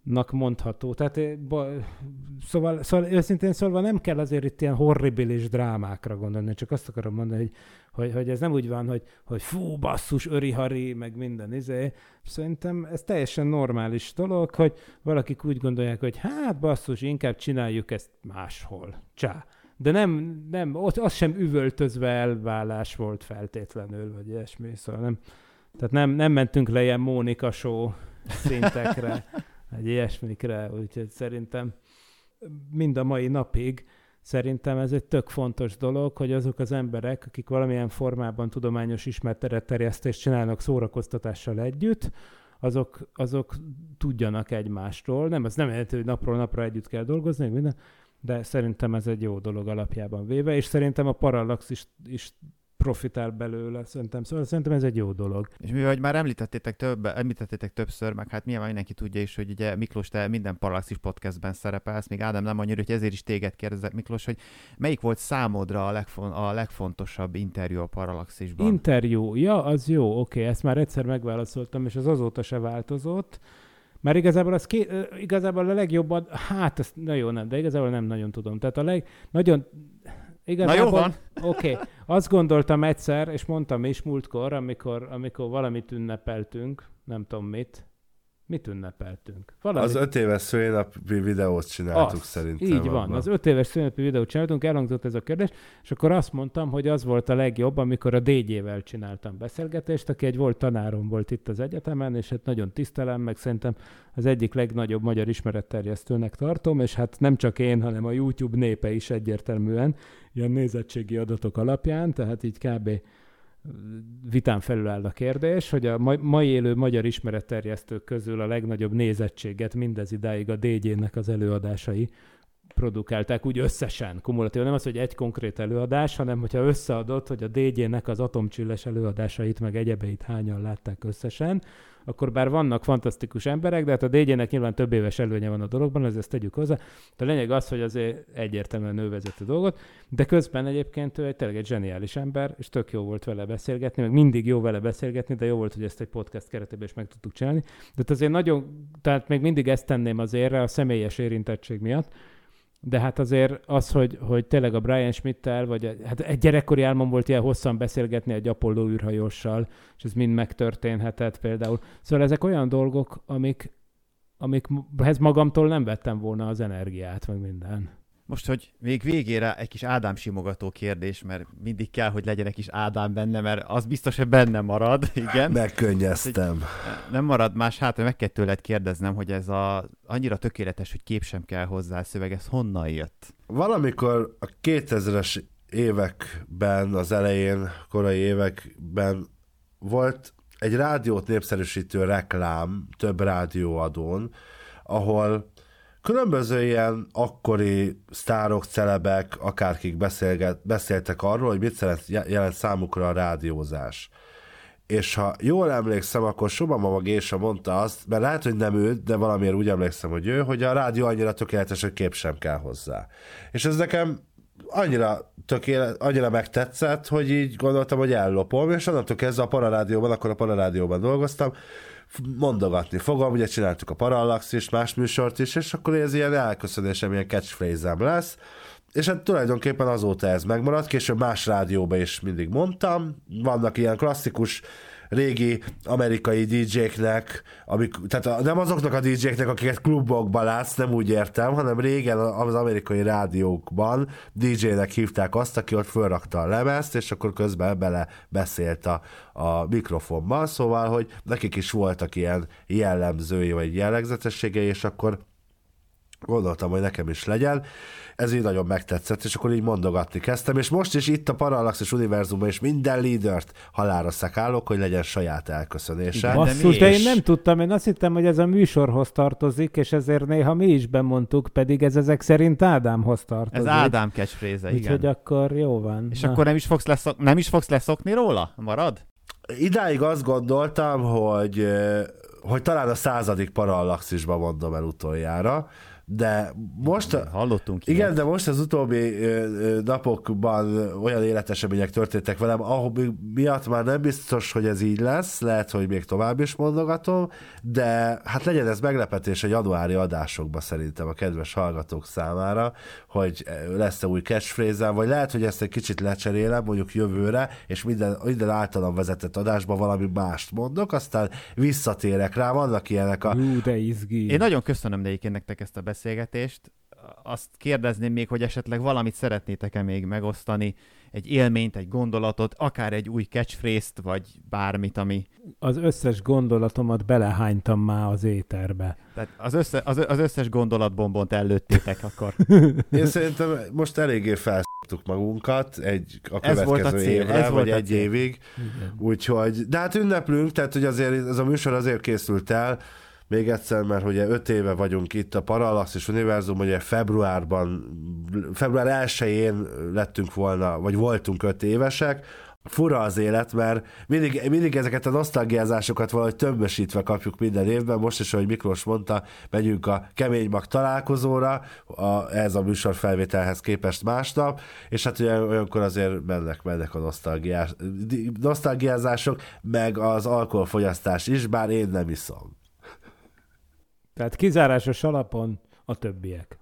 mondható. Tehát ba, szóval, szóval őszintén szólva nem kell azért itt ilyen horribilis drámákra gondolni, csak azt akarom mondani, hogy, hogy, hogy ez nem úgy van, hogy, hogy fú, basszus, öri-hari, meg minden izé. Szerintem ez teljesen normális dolog, hogy valakik úgy gondolják, hogy hát basszus, inkább csináljuk ezt máshol. Csá. De nem, nem ott az sem üvöltözve elválás volt feltétlenül, vagy ilyesmi, szóval nem, tehát nem, nem mentünk le ilyen Mónika show szintekre, egy ilyesmikre, úgyhogy szerintem mind a mai napig szerintem ez egy tök fontos dolog, hogy azok az emberek, akik valamilyen formában tudományos ismeretterjesztést csinálnak szórakoztatással együtt, azok, azok tudjanak egymástól. Nem, az nem jelenti, hogy napról napra együtt kell dolgozni, minden, de szerintem ez egy jó dolog alapjában véve, és szerintem a Parallax is, is profitál belőle, szerintem. Szóval szerintem ez egy jó dolog. És mivel már említettétek, több, említettétek többször, meg hát nyilván mindenki tudja is, hogy ugye Miklós, te minden Parallaxis podcastben szerepelsz, még Ádám nem annyira, hogy ezért is téged kérdezek, Miklós, hogy melyik volt számodra a, legfon- a legfontosabb interjú a Parallaxisban? Interjú, ja, az jó, oké, okay, ezt már egyszer megválaszoltam, és az azóta se változott. Már igazából, az ké, igazából a legjobban, hát ezt, na jó, nem, de igazából nem nagyon tudom. Tehát a leg, nagyon, igazából, na jó van. Oké, okay, azt gondoltam egyszer, és mondtam is múltkor, amikor, amikor valamit ünnepeltünk, nem tudom mit, mit ünnepeltünk? Valamit. Az öt éves szülinapi videót csináltuk azt, szerintem. Így van, abban. Az öt éves szülinapi videót csináltunk, elhangzott ez a kérdés, és akkor azt mondtam, hogy az volt a legjobb, amikor a dé jé-vel csináltam beszélgetést, aki egy volt tanárom volt itt az egyetemen, és hát nagyon tisztelem, meg szerintem az egyik legnagyobb magyar ismeretterjesztőnek tartom, és hát nem csak én, hanem a YouTube népe is egyértelműen, ilyen nézettségi adatok alapján, tehát így kb. Vitán felül áll a kérdés, hogy a mai élő magyar ismeretterjesztők közül a legnagyobb nézettséget mindez idáig a dé jé-nek az előadásai produkálták, úgy összesen, kumulatív. Nem az, hogy egy konkrét előadás, hanem hogyha összeadott, hogy a dé jé-nek az atomcsilles előadásait, meg egyebeit hányan látták összesen, akkor bár vannak fantasztikus emberek, de hát a dé jé-nek nyilván több éves előnye van a dologban, ezt tegyük hozzá. De a lényeg az, hogy azért egyértelműen ő vezeti a dolgot, de közben egyébként ő egy tényleg egy zseniális ember, és tök jó volt vele beszélgetni, meg mindig jó vele beszélgetni, de jó volt, hogy ezt egy podcast keretében is meg tudtuk csinálni. De azért nagyon, tehát még mindig ezt tenném az érre a személyes érintettség miatt, de hát azért az, hogy, hogy tényleg a Brian Schmidt-tel, vagy hát egy gyerekkori álmom volt ilyen hosszan beszélgetni egy Apollo űrhajóssal, és ez mind megtörténhetett például. Szóval ezek olyan dolgok, amik, amikhez magamtól nem vettem volna az energiát, meg minden. Most, hogy még végére egy kis Ádám simogató kérdés, mert mindig kell, hogy legyen egy kis Ádám benne, mert az biztos, hogy benne marad, igen. Megkönnyeztem. Nem marad más, hát meg kell tőled kérdeznem, hogy ez a, annyira tökéletes, hogy kép sem kell hozzá szöveg, ez honnan jött? Valamikor a kétezres években, az elején, korai években volt egy rádiót népszerűsítő reklám több rádióadón, ahol különböző ilyen akkori sztárok, celebek, akárkik beszélget, beszéltek arról, hogy mit jelent számukra a rádiózás. És ha jól emlékszem, akkor Soba Mama Gésa mondta azt, mert lehet, hogy nem ő, de valamiért úgy emlékszem, hogy ő, hogy a rádió annyira tökéletes, hogy kép sem kell hozzá. És ez nekem annyira tökélet, annyira megtetszett, hogy így gondoltam, hogy ellopom, és onnantól kezdve a Pararádióban, akkor a Pararádióban dolgoztam, mondogatni fogom, ugye csináltuk a Parallaxist, más műsort is, és akkor ez ilyen elköszönésem, ilyen catchphrase-em lesz, és hát tulajdonképpen azóta ez megmaradt, később más rádióban is mindig mondtam, vannak ilyen klasszikus régi amerikai dé jéknek, amik, tehát nem azoknak a dé jéknek, akiket klubokban látsz, nem úgy értem, hanem régen az amerikai rádiókban dé jének hívták azt, aki ott fölrakta a lemezt, és akkor közben bele beszélt a, a mikrofonban, szóval, hogy nekik is voltak ilyen jellemzői, vagy jellegzetességei, és akkor gondoltam, hogy nekem is legyen. Ez így nagyon megtetszett, és akkor így mondogatni kezdtem, és most is itt a Parallaxis univerzumban is minden lídert halálra szekálok, hogy legyen saját elköszönése. Basszus, de én nem tudtam, én azt hittem, hogy ez a műsorhoz tartozik, és ezért néha mi is bemondtuk, pedig ez ezek szerint Ádámhoz tartozik. Ez Ádám catchphrase, igen. Úgyhogy akkor jó van. És Na. akkor nem is, fogsz leszok, nem is fogsz leszokni róla? Marad? Idáig azt gondoltam, hogy, hogy talán a századik Parallaxisban mondom el utoljára, De most... A, Hallottunk igen, ilyet. de most az utóbbi ö, napokban olyan életesemények történtek velem, ahol miatt már nem biztos, hogy ez így lesz, lehet, hogy még tovább is mondogatom, de hát legyen ez meglepetés a januári adásokban szerintem a kedves hallgatók számára, hogy lesz-e új catchphrase-em, vagy lehet, hogy ezt egy kicsit lecserélem mondjuk jövőre, és minden, minden általam vezetett adásban valami mást mondok, aztán visszatérek rá, vannak ilyenek a... Jú, de izgi. Én nagyon köszönöm egyébként nektek ezt a beszélgetést. Azt kérdezném még, hogy esetleg valamit szeretnétek-e még megosztani, egy élményt, egy gondolatot, akár egy új catchphrase-t, vagy bármit, ami... Az összes gondolatomat belehánytam már az éterbe. Tehát az, össze, az, az összes gondolatbombont ellőttétek akkor. Én szerintem most eléggé felszoktuk magunkat egy, a Ez volt a következő cél, évre, ez vagy volt a egy cél. évig. Úgyhogy, de hát ünneplünk, tehát hogy azért ez a műsor azért készült el, még egyszer, mert ugye öt éve vagyunk itt a Parallaxis Univerzum, ugye februárban, február elsején lettünk volna, vagy voltunk öt évesek. Fura az élet, mert mindig, mindig ezeket a nosztalgiázásokat valahogy tömbösítve kapjuk minden évben. Most is, ahogy Miklós mondta, megyünk a Kemény Mag találkozóra, a, ez a műsor felvételhez képest másnap, és hát ugye olyankor azért mennek, mennek a nosztalgiás, nosztalgiázások, meg az alkoholfogyasztás is, bár én nem iszom. Tehát kizárásos alapon a többiek.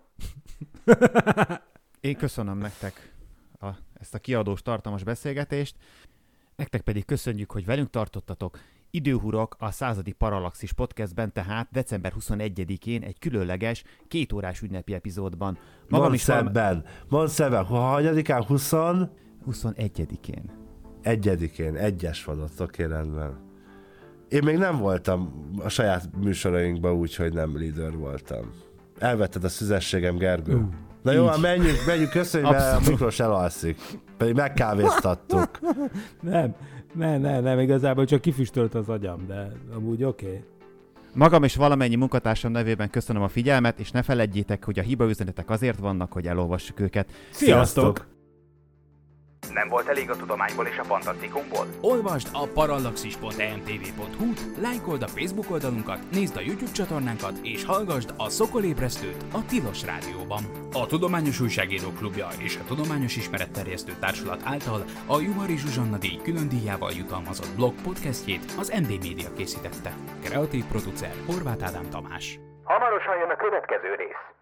Én köszönöm nektek a, ezt a kiadós tartalmas beszélgetést, nektek pedig köszönjük, hogy velünk tartottatok. Időhurok a századik Parallaxis podcastben, tehát december huszonegyedikén egy különleges, kétórás ünnepi epizódban. Mondd szebben, mondd szebben, ha hanyadikán, huszon... huszonegyedikén. Egyedikén, egyes van ott, oké, rendben. Én még nem voltam a saját műsorainkban úgy, hogy nem líder voltam. Elvetted a szüzességem, Gergő. Uh, Na jó, menjünk, menjünk, köszönjük, mert a Miklós elalszik. Pedig megkávéztattuk. nem, nem, nem, nem, igazából csak kifüstölt az agyam, de amúgy oké. Okay. Magam és valamennyi munkatársam nevében köszönöm a figyelmet, és ne feledjétek, hogy a hibaüzenetek azért vannak, hogy elolvassuk őket. Sziasztok! Nem volt elég a tudományból és a fantasztikumból? Olvasd a parallaxis pont e m t v pont h u-t, lájkold a Facebook oldalunkat, nézd a YouTube csatornánkat, és hallgasd a Szokolébresztőt a Tilos Rádióban. A Tudományos Újságírók Klubja és a Tudományos Ismeretterjesztő Társulat által a Juhari Zsuzsanna díj külön díjával jutalmazott blog podcastjét az em dé Média készítette. Kreatív producer Horváth Ádám Tamás. Hamarosan jön a következő rész.